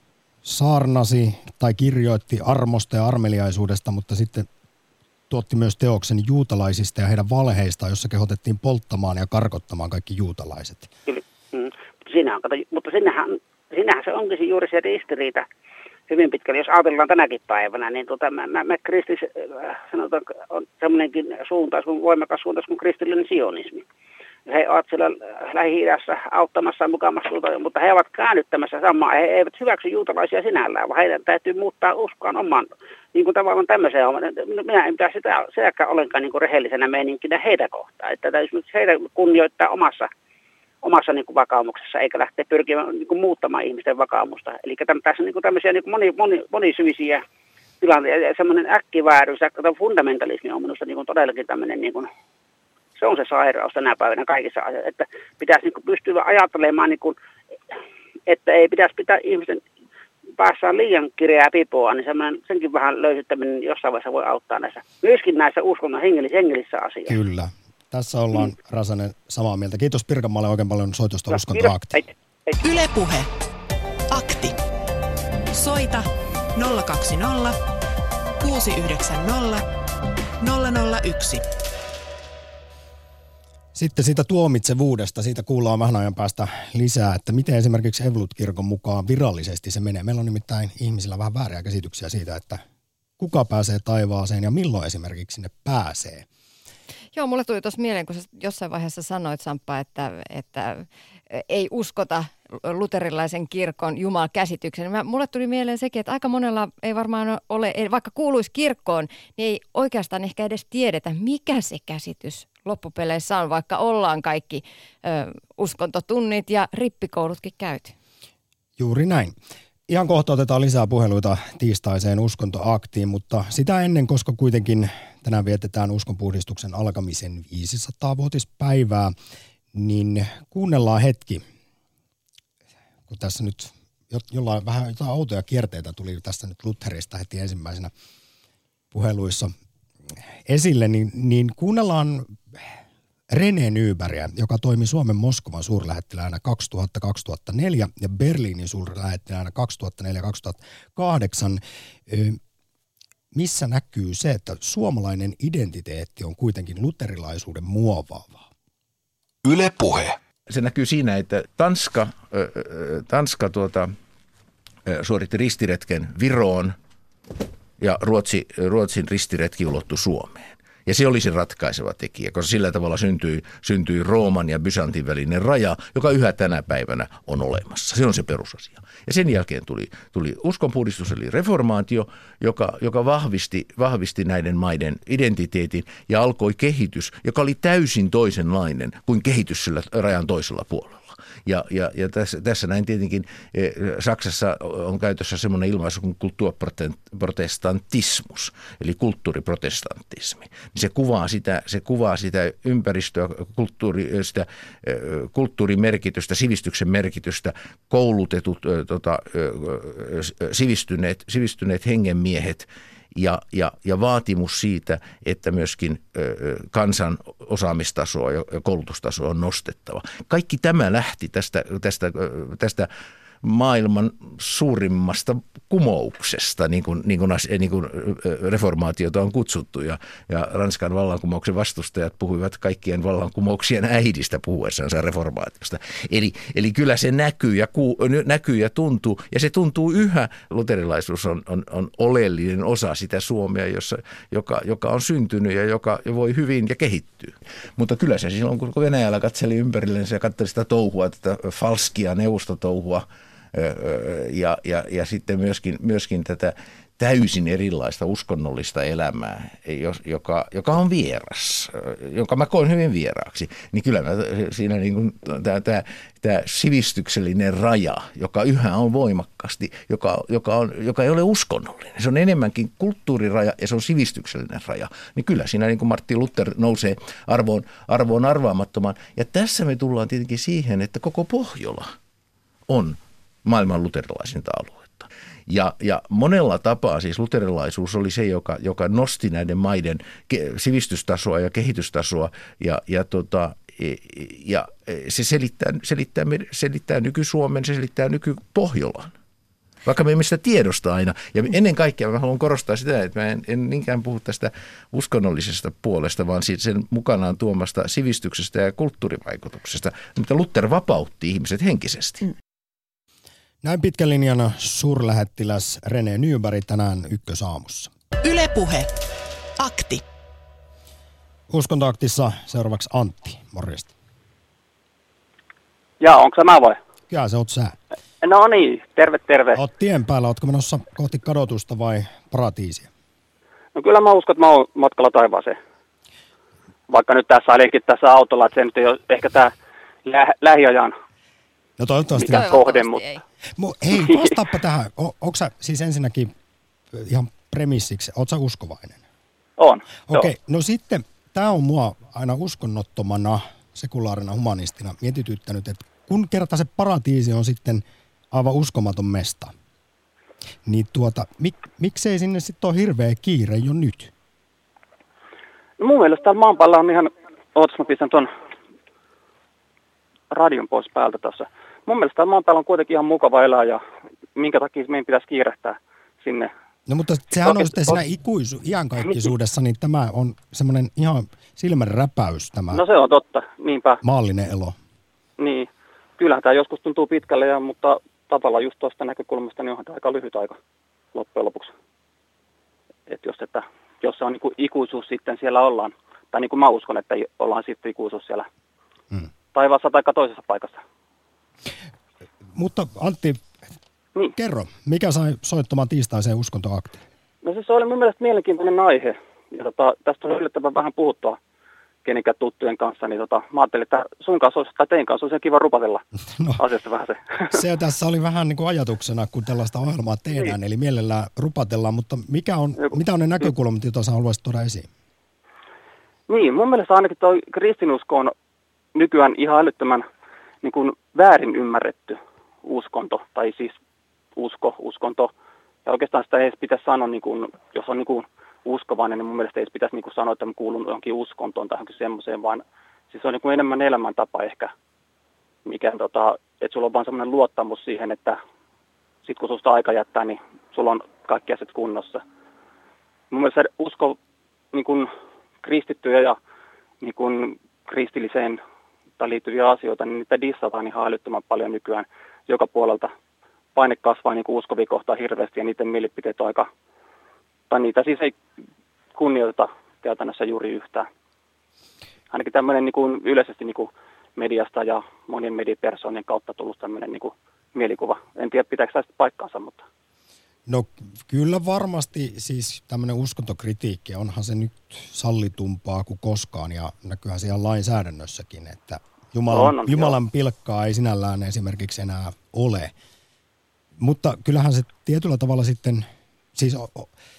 Speaker 1: saarnasi tai kirjoitti armosta ja armeliaisuudesta, mutta sitten tuotti myös teoksen juutalaisista ja heidän valheistaan, jossa kehotettiin polttamaan ja karkottamaan kaikki juutalaiset.
Speaker 6: Kyllä. Mm. siinä on, kato, mutta sinnehän, sinnehän se onkin juuri se ristiriita hyvin pitkälle. Jos ajatellaan tänäkin päivänä, niin tuota, mä, mä, mä kristis, sanotaan, on semmoinenkin suuntaus, kuin voimakas suuntaus kuin kristillinen sionismi. He ovat siellä Lähi-idässä auttamassa mukamassa, mutta he ovat käännyttämässä samaa. He eivät hyväksy juutalaisia sinällään, vaan heidän täytyy muuttaa uskoaan oman, niin kuin tavallaan tämmöiseen. Minä en pidä sitä, sitäkään ollenkaan niin kuin rehellisenä meininkinä heitä kohtaan. Että täytyy heitä kunnioittaa omassa, omassa niin kuin vakaumuksessa, eikä lähteä pyrkimään niin kuin muuttamaan ihmisten vakaumusta. Eli tässä on niin kuin tämmöisiä niin kuin moni, moni, monisyisiä tilanteita. Ja semmoinen äkkivääryys, fundamentalismi on minusta niin kuin todellakin tämmöinen... Niin kuin, se on se sairaus tänä päivänä kaikissa asioissa, että pitäisi niin kuin pystyä ajattelemaan, niin kuin, että ei pitäisi pitää ihmisten päässään liian kireää pipoa, niin senkin vähän löysyttäminen jossain vaiheessa voi auttaa näissä, myöskin näissä uskonnon hengellisissä asioissa.
Speaker 1: Kyllä. Tässä ollaan, mm. Räsänen, samaa mieltä. Kiitos Pirkanmaalle oikein paljon soitosta Uskonto-akti.
Speaker 3: Yle Puhe. Akti. Soita nolla kaksi nolla kuusi yhdeksän nolla nolla nolla yksi.
Speaker 1: Sitten siitä tuomitsevuudesta, siitä kuullaan vähän ajan päästä lisää, että miten esimerkiksi Evankelisluterilainen-kirkon mukaan virallisesti se menee. Meillä on nimittäin ihmisillä vähän vääriä käsityksiä siitä, että kuka pääsee taivaaseen ja milloin esimerkiksi sinne pääsee.
Speaker 2: Joo, mulle tuli tuossa mieleen, kun sä jossain vaiheessa sanoit, Samppa, että, että ei uskota luterilaisen kirkon Jumala-käsityksen. Mä, mulle tuli mieleen sekin, että aika monella ei varmaan ole, vaikka kuuluisi kirkkoon, niin ei oikeastaan ehkä edes tiedetä, mikä se käsitys loppupeleissä on, vaikka ollaan kaikki ö, uskontotunnit ja rippikoulutkin käyty.
Speaker 1: Juuri näin. Ihan kohta otetaan lisää puheluita tiistaiseen Uskonto-aktiin, mutta sitä ennen, koska kuitenkin tänään vietetään uskonpuhdistuksen alkamisen viisisataavuotispäivää, niin kuunnellaan hetki, kun tässä nyt jollain vähän jotain outoja kierteitä tuli tästä nyt Lutherista heti ensimmäisenä puheluissa esille, niin, niin kuunnellaan René Nybergia, joka toimi Suomen Moskovan suurlähettiläänä kaksituhatta kaksituhattaneljä ja Berliinin suurlähettiläänä kaksituhattaneljä kaksituhattakahdeksan, missä näkyy se, että suomalainen identiteetti on kuitenkin luterilaisuuden muovaavaa.
Speaker 5: Yle Puhe.
Speaker 7: Se näkyy siinä, että Tanska, Tanska tuota, suoritti ristiretken Viroon ja Ruotsi, Ruotsin ristiretki ulottui Suomeen. Ja se oli se ratkaiseva tekijä, koska sillä tavalla syntyi, syntyi Rooman ja Byzantin välinen raja, joka yhä tänä päivänä on olemassa. Se on se perusasia. Ja sen jälkeen tuli, tuli uskonpuhdistus eli reformaatio, joka, joka vahvisti, vahvisti näiden maiden identiteetin ja alkoi kehitys, joka oli täysin toisenlainen kuin kehitys sillä rajan toisella puolella. Ja, ja, ja tässä, tässä näin tietenkin eh, Saksassa on käytössä semmoinen ilmaisu kuin kulttuurprotestantismus, eli kulttuuriprotestantismi. Se kuvaa sitä, se kuvaa sitä ympäristöä, kulttuuri, sitä, eh, kulttuurimerkitystä, sivistyksen merkitystä, koulutetut, eh, tota, eh, sivistyneet, sivistyneet hengenmiehet, Ja, ja, ja vaatimus siitä, että myöskin ö, kansan osaamistasoa ja koulutustasoa on nostettava. Kaikki tämä lähti tästä, tästä, tästä maailman suurimmasta kumouksesta, niin kuin, niin kuin, niin kuin reformaatiota on kutsuttu. Ja, ja Ranskan vallankumouksen vastustajat puhuivat kaikkien vallankumouksien äidistä puhuessansa reformaatiosta. Eli, eli kyllä se näkyy ja, ku, näkyy ja tuntuu, ja se tuntuu yhä. Luterilaisuus on, on, on oleellinen osa sitä Suomea, jossa, joka, joka on syntynyt ja joka voi hyvin ja kehittyy. Mutta kyllä se silloin, kun Venäjällä katseli ympärilleen ja katseli sitä touhua, tätä falskia neuvostotouhua, Ja, ja, ja sitten myöskin, myöskin tätä täysin erilaista uskonnollista elämää, joka, joka on vieras, jonka mä koen hyvin vieraaksi, niin kyllä mä, siinä niin kuin tämä, tämä, tämä sivistyksellinen raja, joka yhä on voimakkaasti, joka, joka, on, joka ei ole uskonnollinen, se on enemmänkin kulttuuriraja ja se on sivistyksellinen raja, niin kyllä siinä niin kuin Martin Luther nousee arvoon, arvoon arvaamattomaan. Ja tässä me tullaan tietenkin siihen, että koko Pohjola on maailman luterilaisinta aluetta. Ja, ja monella tapaa siis luterilaisuus oli se, joka, joka nosti näiden maiden sivistystasoa ja kehitystasoa ja, ja, tota, ja se selittää, selittää, selittää nyky-Suomen, se selittää nyky-Pohjolan. vaikka me emme sitä tiedosta aina. Ja ennen kaikkea mä haluan korostaa sitä, että mä en, en niinkään puhu tästä uskonnollisesta puolesta, vaan sen mukanaan tuomasta sivistyksestä ja kulttuurivaikutuksesta, mitä Luther vapautti ihmiset henkisesti. Mm.
Speaker 1: Näin pitkän linjana suurlähettiläs René Nyberg tänään Ykkösaamussa.
Speaker 3: Yle Puhe. Akti.
Speaker 1: Uskontoaktissa seuraavaksi Antti, morjesta.
Speaker 8: Jaa, onko se mä vai?
Speaker 1: Kyllä se oot sä.
Speaker 8: No niin, terve terve.
Speaker 1: Oot tien päällä, ootko menossa kohti kadotusta vai paratiisia?
Speaker 8: No kyllä mä uskon, että mä oon matkalla taivaaseen. Vaikka nyt tässä ainakin tässä autolla, että se nyt ei ole ehkä tää lä- lähiajan
Speaker 1: no toivottavasti
Speaker 8: mikä kohde, mutta...
Speaker 2: Ei.
Speaker 1: Mo, hei, vastaappa tähän. O, onko sä siis ensinnäkin ihan premissiksi, oot sä uskovainen?
Speaker 8: On.
Speaker 1: Okei, okay, no sitten tämä on mua aina uskonnottomana, sekulaarina humanistina mietityttänyt, että kun kerta se paratiisi on sitten aivan uskomaton mesta, niin tuota, mik, miksei sinne sitten ole hirveä kiire jo nyt?
Speaker 8: No mun mielestä täällä maan päällä on ihan... Ootas, mä pistän ton radion pois päältä tässä. Mun mielestä täällä maan päällä on kuitenkin ihan mukava elää ja minkä takia meidän pitäisi kiirehtää sinne.
Speaker 1: No mutta sehän Oikein, on sitten siinä ikuisu, iankaikkisuudessa, niin tämä on semmoinen ihan silmän räpäys tämä
Speaker 8: no se on totta, niinpä.
Speaker 1: Maallinen elo.
Speaker 8: Niin, kyllähän tämä joskus tuntuu pitkälle, ja, mutta tavallaan just tuosta näkökulmasta niin onhan tämä aika lyhyt aika loppujen lopuksi. Että jos, että, jos se on niin kuin ikuisuus sitten siellä ollaan, tai niin kuin mä uskon, että ollaan sitten ikuisuus siellä hmm. taivaassa tai toisessa paikassa.
Speaker 1: Mutta Antti, niin. Kerro, mikä sai soittamaan tiistaiseen uskontoaktiin?
Speaker 8: No se oli mun mielestä mielenkiintoinen aihe. Ja tota, tästä on yllättävän vähän puhuttua kenenkään tuttujen kanssa. Niin tota, mä ajattelin, että sun kanssa olisi, tai teidän kanssa olisi kiva rupatella no, asiasta vähän se.
Speaker 1: Se tässä oli vähän niin kuin ajatuksena, kun tällaista ohjelmaa tehdään. Niin. Eli mielellään rupatellaan, mutta mikä on, Joku. mitä on ne näkökulmat, joita sä haluaisit tuoda esiin?
Speaker 8: Niin, mun mielestä ainakin tuo kristinusko on nykyään ihan älyttömän niin kuin väärin ymmärretty uskonto, tai siis usko, uskonto. Ja oikeastaan sitä ei edes pitäisi sanoa, niin kuin, jos on niin kuin uskovainen, niin mun mielestä ei edes pitäisi niin kuin sanoa, että mä kuulun johonkin uskontoon tai johonkin semmoiseen, vaan siis se on niin kuin enemmän elämäntapa ehkä, mikä, tota, että sulla on vaan semmoinen luottamus siihen, että sit kun susta aika jättää, niin sulla on kaikki asiat kunnossa. Mun mielestä usko niin kuin kristittyjä ja niin kuin kristilliseen tai liittyviä asioita, niin niitä dissataan ihan älyttömän paljon nykyään joka puolelta. Paine kasvaa niin kuin uskovia kohtaan hirveästi ja niiden mielipiteet on aika, tai niitä siis ei kunnioiteta käytännössä juuri yhtään. Ainakin tämmöinen niin kuin yleisesti niin kuin mediasta ja monien mediapersonien kautta tullut tämmöinen niin kuin mielikuva. En tiedä, pitääkö sitä paikkaansa, mutta...
Speaker 1: No kyllä varmasti siis tämmöinen uskontokritiikki, onhan se nyt sallitumpaa kuin koskaan ja näkyyhän siellä lainsäädännössäkin, että Jumalan, on, on, Jumalan pilkkaa ei sinällään esimerkiksi enää ole. Mutta kyllähän se tietyllä tavalla sitten, siis o,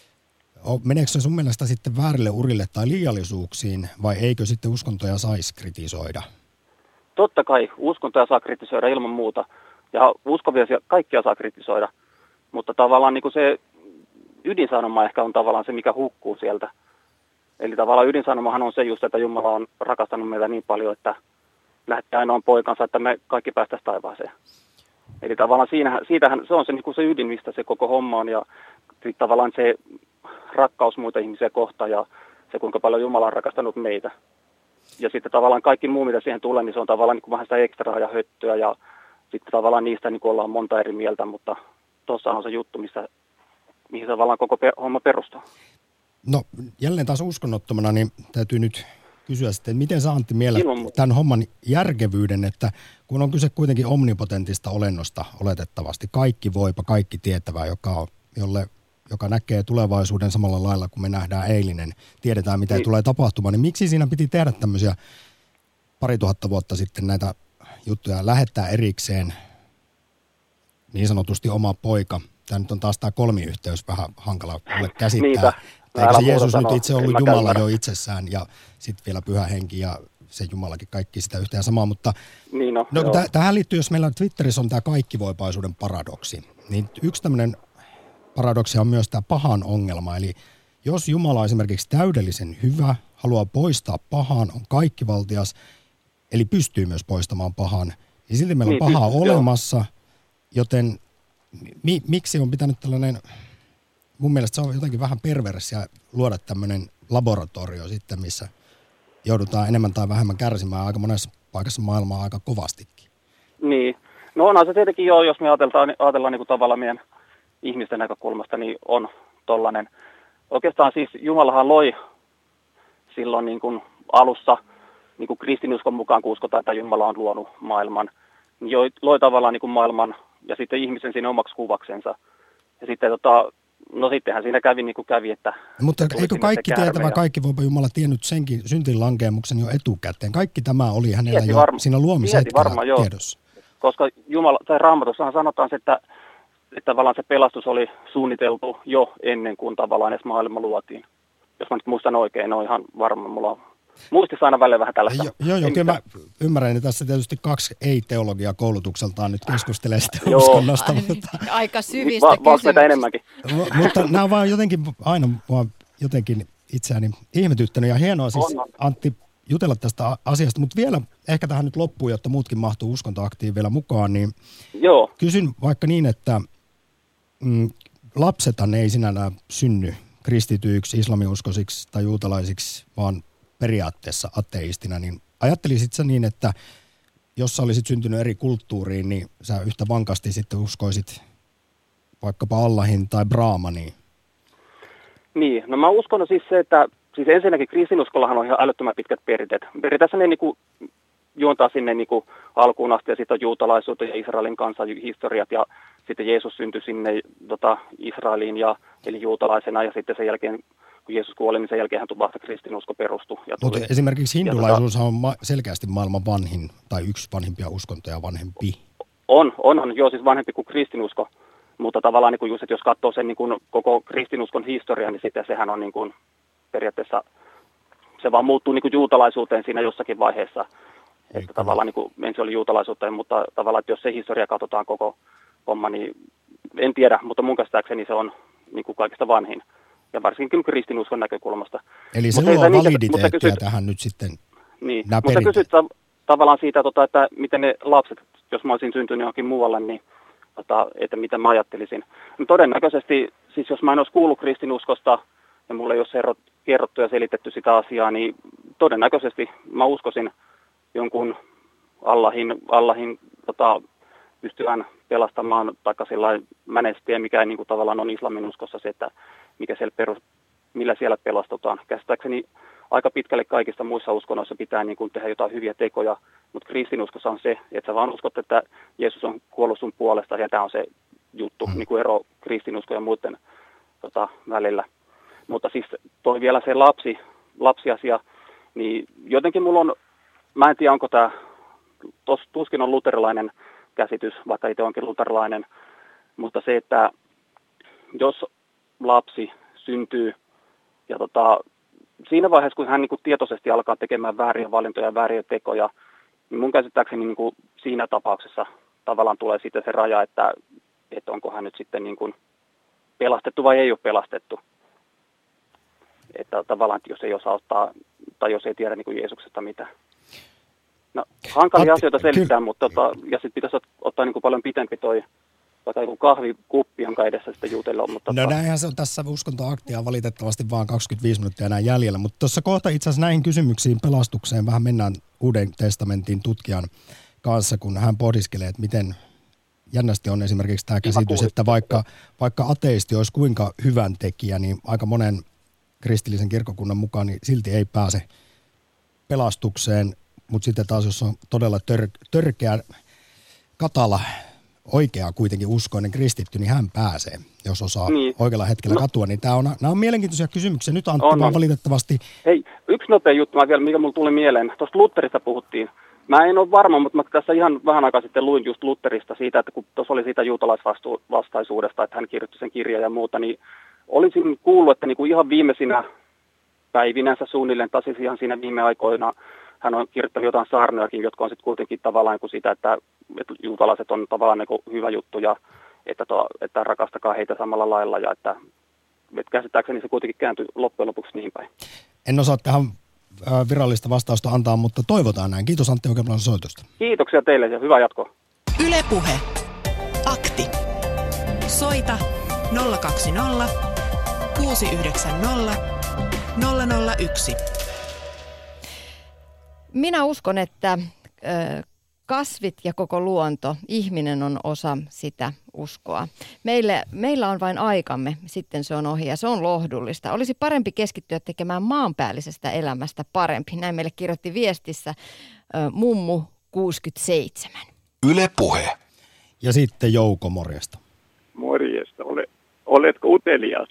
Speaker 1: o, meneekö se sun mielestä sitten väärille urille tai liiallisuuksiin vai eikö sitten uskontoja saisi kritisoida?
Speaker 8: Totta kai uskontoja saa kritisoida ilman muuta ja uskovia kaikkia saa kritisoida. Mutta tavallaan niin kuin se ydinsanoma ehkä on tavallaan se, mikä hukkuu sieltä. Eli tavallaan ydinsanomahan on se just, että Jumala on rakastanut meitä niin paljon, että lähettää ainoan poikansa, että me kaikki päästäisiin taivaaseen. Eli tavallaan siinähän, siitähän se on se, niin kuin se ydin, mistä se koko homma on. Ja tavallaan se rakkaus muita ihmisiä kohtaan ja se, kuinka paljon Jumala on rakastanut meitä. Ja sitten tavallaan kaikki muu, mitä siihen tulee, niin se on tavallaan niin kuin vähän sitä ekstraa ja höttöä. Ja sitten tavallaan niistä niin kuin ollaan monta eri mieltä, mutta... Tuossa on se juttu, missä, mihin se tavallaan koko per, homma perustuu.
Speaker 1: No jälleen taas uskonnottomana, niin täytyy nyt kysyä sitten, että miten sä Antti mielet tämän homman järkevyyden, että kun on kyse kuitenkin omnipotentista olennosta oletettavasti, kaikki voipa, kaikki tietävää, joka, jolle, joka näkee tulevaisuuden samalla lailla kuin me nähdään eilinen, tiedetään mitä niin. tulee tapahtumaan, niin miksi siinä piti tehdä tämmöisiä pari tuhatta vuotta sitten näitä juttuja, lähettää erikseen niin sanotusti oma poika. Tämä nyt on taas tämä kolmiyhteys vähän hankala mulle käsittää.
Speaker 8: Niinpä.
Speaker 1: Eikö se Jeesus nyt itse ollut Jumala jo itsessään ja sitten vielä Pyhä Henki ja se Jumalakin kaikki sitä yhtä ja samaa. Mutta
Speaker 8: niin no,
Speaker 1: no, täh- tähän liittyy, jos meillä Twitterissä on tämä kaikkivoipaisuuden paradoksi, niin yksi tämmöinen paradoksi on myös tämä pahan ongelma. Eli jos Jumala on esimerkiksi täydellisen hyvä, haluaa poistaa pahan, on kaikkivaltias, eli pystyy myös poistamaan pahan, niin silti meillä on niin, pahaa pystyy, olemassa, joo. Joten Mi, miksi on pitänyt tällainen, mun mielestä se on jotenkin vähän perversia luoda tämmöinen laboratorio sitten, missä joudutaan enemmän tai vähemmän kärsimään aika monessa paikassa maailmaa aika kovastikin.
Speaker 8: Niin. No onhan se tietenkin jo, jos me ajatellaan, ajatellaan niin kuin tavallaan meidän ihmisten näkökulmasta, niin on tollainen. Oikeastaan siis Jumalahan loi silloin niin kuin alussa, niin kuin kristinuskon mukaan, kun uskotaan, että Jumala on luonut maailman, niin loi tavallaan niin kuin maailman ja sitten ihmisen siinä omaksi kuvaksensa. Ja sitten tota, no sittenhän siinä kävi niin kuin kävi, että...
Speaker 1: Mutta eikö kaikki tietävä, ja... kaikki voipa Jumala tiennyt senkin syntinlankeemuksen jo etukäteen. Kaikki tämä oli hänellä jo varma, siinä luomishetkellä tiedossa.
Speaker 8: Koska Jumala, tai Raamatussahan sanotaan, että, että tavallaan se pelastus oli suunniteltu jo ennen kuin tavallaan edes maailma luotiin. Jos mä nyt muistan oikein, on ihan varma, mulla on muistissa aina välillä vähän tällaista.
Speaker 1: Jo, joo, joo, kyllä mä ymmärrän, että tässä tietysti kaksi ei-teologia koulutukseltaan nyt keskustelee sitä
Speaker 8: joo.
Speaker 1: uskonnosta.
Speaker 2: Ai,
Speaker 1: mutta...
Speaker 2: Aika syvistä
Speaker 8: Va-
Speaker 2: kysymyksistä.
Speaker 8: enemmänkin.
Speaker 1: Mutta nämä on vaan jotenkin aina vaan jotenkin itseäni ihmetyttänyt ja hienoa siis on. Antti jutella tästä asiasta, mutta vielä ehkä tähän nyt loppuun, jotta muutkin mahtuu uskontoaktiin vielä mukaan, niin
Speaker 8: joo.
Speaker 1: Kysyn vaikka niin, että mm, lapsethan ei sinällään synny kristityiksi, islamiuskoisiksi tai juutalaisiksi, vaan periaatteessa ateistina, niin ajattelisit sä niin, että jos sä olisit syntynyt eri kulttuuriin, niin sä yhtä vankasti sitten uskoisit vaikkapa Allahin tai Brahmaniin?
Speaker 8: Niin, no mä uskon siis se, että siis ensinnäkin kristinuskollahan on ihan älyttömän pitkät perinteet. Periaatteessa ne niin kuin juontaa sinne niin kuin alkuun asti ja sitten on juutalaisuutta ja Israelin kansan historiat ja sitten Jeesus syntyi sinne tota, Israeliin ja, eli juutalaisena ja sitten sen jälkeen kun Jeesus kuoli, niin sen jälkeen hän vasta kristinusko perustui.
Speaker 1: Mutta esimerkiksi hindulaisuus on ma- selkeästi maailman vanhin tai yksi vanhimpia uskontoja vanhempi.
Speaker 8: On, onhan joo siis vanhempi kuin kristinusko, mutta tavallaan niin kuin just, että jos katsoo sen niin kuin koko kristinuskon historiaa, niin sitten sehän on niin kuin periaatteessa, se vaan muuttuu niin kuin juutalaisuuteen siinä jossakin vaiheessa. Että Eikä. tavallaan niin kuin ensin oli juutalaisuuteen, mutta tavallaan, että jos se historia katsotaan koko homma, niin en tiedä, mutta mun käsittääkseni se on niin kuin kaikista vanhin. Ja varsinkin kristinuskon näkökulmasta.
Speaker 1: Eli se luo validiteettia kysyt, tähän nyt sitten.
Speaker 8: Niin, mutta kysyt ta- tavallaan siitä, tota, että miten ne lapset, jos mä olisin syntynyt johonkin muualle, niin tota, että mitä mä ajattelisin. No, todennäköisesti, siis jos mä en olisi kuullut kristinuskosta ja mulle ei ole kerrottu ja selitetty sitä asiaa, niin todennäköisesti mä uskoisin jonkun Allahin, Allahin tota, pystyvän pelastamaan, taikka sellainen mänestiä, mikä niin kuin tavallaan on islamin uskossa se, että mikä siellä perus, millä siellä pelastutaan. Käsittääkseni aika pitkälle kaikista muissa uskonnoissa pitää niin kuin tehdä jotain hyviä tekoja, mutta kristinuskossa on se, että sä vaan uskot, että Jeesus on kuollut sun puolesta, ja tämä on se juttu, mm. niin kuin ero kristinuskon ja muiden tota, välillä. Mutta siis toi vielä se lapsi, lapsiasia, niin jotenkin mulla on, mä en tiedä onko tämä, tos, tuskin on luterilainen käsitys, vaikka itse onkin luterilainen, mutta se, että jos lapsi syntyy ja tota, siinä vaiheessa, kun hän niin kuin tietoisesti alkaa tekemään vääriä valintoja ja vääriä tekoja, niin mun käsittääkseni niin kuin siinä tapauksessa tavallaan tulee sitten se raja, että, että onko hän nyt sitten niin kuin pelastettu vai ei ole pelastettu. Että tavallaan, että jos ei osaa ottaa tai jos ei tiedä niin kuin Jeesuksesta mitään. No, hankalia Atti, asioita selittää, kyllä. mutta tota, ja sitten pitäisi ottaa niin kuin paljon pitempi toi vaikka joku kahvikuppi, jonka edessä sitten jutellaan. Mutta
Speaker 1: no näinhän se on tässä uskontoaktia valitettavasti vaan kaksikymmentäviisi minuuttia enää jäljellä, mutta tuossa kohta itse asiassa näihin kysymyksiin pelastukseen vähän mennään Uuden testamentin tutkijan kanssa, kun hän pohdiskelee, että miten jännästi on esimerkiksi tämä käsitys, että vaikka, vaikka ateisti olisi kuinka hyvän tekijä, niin aika monen kristillisen kirkkokunnan mukaan niin silti ei pääse pelastukseen, mutta sitten taas jos on todella tör, törkeä, katala, oikea kuitenkin uskoinen kristitty, niin hän pääsee, jos osaa niin. oikealla hetkellä no. katua. Niin tämä on, nämä on mielenkiintoisia kysymyksiä. Nyt Antti on, vaan on. valitettavasti.
Speaker 8: Hei, yksi nopea juttu vielä, mikä mulle tuli mieleen. Tuosta Lutherista puhuttiin. Mä en ole varma, mutta mä tässä ihan vähän aikaa sitten luin just Lutherista siitä, että kun tuossa oli siitä juutalaisvastaisuudesta, että hän kirjoitti sen kirjan ja muuta, niin olisin kuullut, että niinku ihan viimeisinä päivinänsä suunnilleen, tai siis ihan siinä viime aikoina, hän on kirjoittanut jotain saarnojakin, jotka on sitten kuitenkin tavallaan kuin sitä, että, että juutalaiset on tavallaan niin hyvä juttu ja että, to, että rakastakaa heitä samalla lailla ja että, että käsittääkseni se kuitenkin kääntyi loppujen lopuksi niin päin.
Speaker 1: En osaa tähän virallista vastausta antaa, mutta toivotaan näin. Kiitos Antti oikein paljon soitosta.
Speaker 8: Kiitoksia teille ja hyvää jatkoa.
Speaker 3: Yle Puhe. Akti. Soita nolla kaksi nolla kuusi yhdeksän nolla nolla nolla yksi.
Speaker 2: Minä uskon, että ö, kasvit ja koko luonto, ihminen on osa sitä uskoa. Meille, meillä on vain aikamme, sitten se on ohi ja se on lohdullista. Olisi parempi keskittyä tekemään maanpäällisestä elämästä parempi. Näin meille kirjoitti viestissä ö, mummu kuusikymmentäseitsemän.
Speaker 5: Yle Puhe.
Speaker 1: Ja sitten Jouko, morjesta.
Speaker 9: Morjesta. Ole, oletko utelias?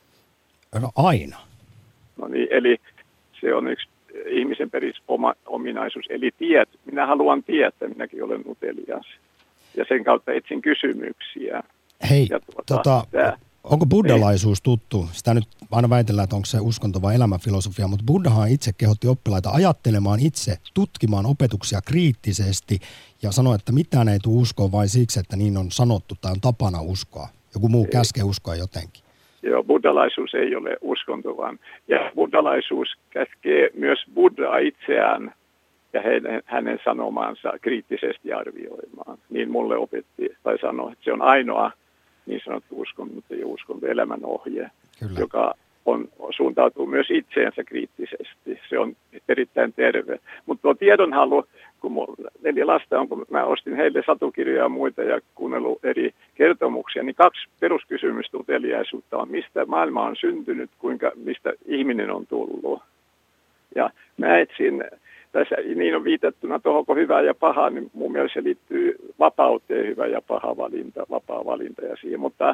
Speaker 1: No aina.
Speaker 9: No niin, eli se on yksi ihmisen peris oma ominaisuus, eli tiet. Minä haluan tietää, minäkin olen utelias. Ja sen kautta etsin kysymyksiä.
Speaker 1: Hei,
Speaker 9: ja tuota,
Speaker 1: tota,
Speaker 9: tää,
Speaker 1: onko buddhalaisuus tuttu? Sitä nyt aina väitellään, että onko se uskonto vai elämänfilosofia, mutta Buddhahan itse kehotti oppilaita ajattelemaan itse, tutkimaan opetuksia kriittisesti ja sanoi, että mitään ei tule uskoa vain siksi, että niin on sanottu tai on tapana uskoa. Joku muu käskee uskoa jotenkin.
Speaker 9: Joo, buddhalaisuus ei ole uskonto, vaan ja buddhalaisuus käskee myös Buddhaa itseään ja hänen, hänen sanomaansa kriittisesti arvioimaan. Niin mulle opetti tai sanoi, että se on ainoa niin sanottu uskonto, mutta ei uskonto, elämän ohje, Kyllä. joka on, suuntautuu myös itseensä kriittisesti. Se on erittäin terve. Mutta tuo tiedonhalu, kun mulla neljä lasta on, kun mä ostin heille satukirjoja ja muita ja kuunnellut eri kertomuksia, niin kaksi peruskysymystä uteliaisuutta on, mistä maailma on syntynyt, kuinka, mistä ihminen on tullut. Ja mä etsin, tässä niin on viitattuna tuohon, kun hyvä ja paha, niin mun mielestä se liittyy vapauteen, hyvä ja paha valinta, vapaa valinta ja siihen. Mutta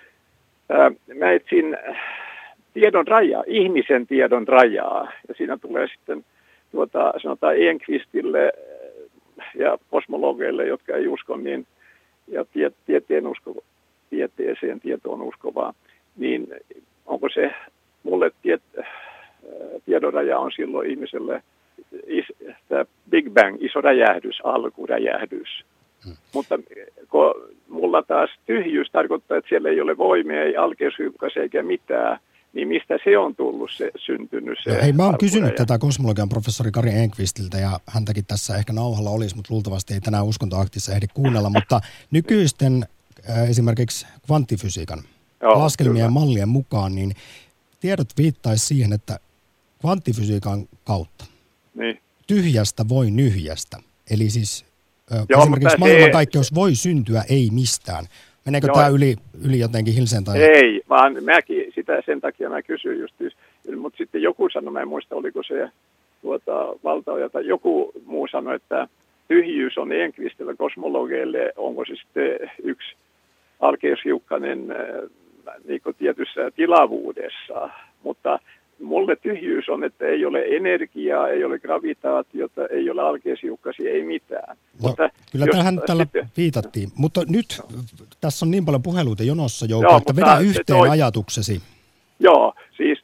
Speaker 9: ää, mä etsin tiedon rajaa, ihmisen tiedon rajaa, ja siinä tulee sitten tuota, sanotaan Enqvistille ja kosmologeille, jotka ei usko, niin, ja tie, tieteen usko, tieteeseen tietoon uskovaa, niin onko se, mulle tiet, tiedonraja on silloin ihmiselle is, tämä Big Bang, iso räjähdys, alkuräjähdys. Hmm. Mutta kun mulla taas tyhjyys tarkoittaa, että siellä ei ole voimia, ei alkeushyykkäs eikä mitään, niin mistä se on tullut, se syntynyt se.
Speaker 1: No, hei, mä oon
Speaker 9: alkuräjä.
Speaker 1: kysynyt tätä kosmologian professori Kari Enqvistiltä ja häntäkin tässä ehkä nauhalla olisi, mutta luultavasti ei tänään uskontoaktissa ehdi kuunnella, mutta nykyisten äh, esimerkiksi kvanttifysiikan
Speaker 9: Joo,
Speaker 1: laskelmien
Speaker 9: kyllä.
Speaker 1: mallien mukaan, niin tiedot viittaisi siihen, että kvanttifysiikan kautta
Speaker 9: Niin.
Speaker 1: tyhjästä voi nyhjästä. Eli siis äh,
Speaker 9: Joo,
Speaker 1: esimerkiksi
Speaker 9: mutta
Speaker 1: maailmankaikkeus se... voi syntyä ei mistään. Meneekö tämä yli, yli jotenkin hilseen tai...
Speaker 9: Ei, vaan mäkin sitä sen takia mä kysyin just, mutta sitten joku sanoi, mä en muista oliko se tuota, valtaoja tai joku muu sanoi, että tyhjyys on Enqvistillä kosmologeille, onko se sitten yksi alkeushiukkanen äh, niin kuin tietyssä tilavuudessa, mutta mulle tyhjyys on, että ei ole energiaa, ei ole gravitaatiota, ei ole alkeushiukkasia, ei mitään.
Speaker 1: No,
Speaker 9: mutta
Speaker 1: kyllä
Speaker 9: jos,
Speaker 1: tähän tällä
Speaker 9: sitten,
Speaker 1: viitattiin, mutta nyt no. tässä on niin paljon puheluita jonossa, Jouko,
Speaker 9: Joo,
Speaker 1: että vedä yhteen
Speaker 9: toi,
Speaker 1: ajatuksesi.
Speaker 9: Joo, siis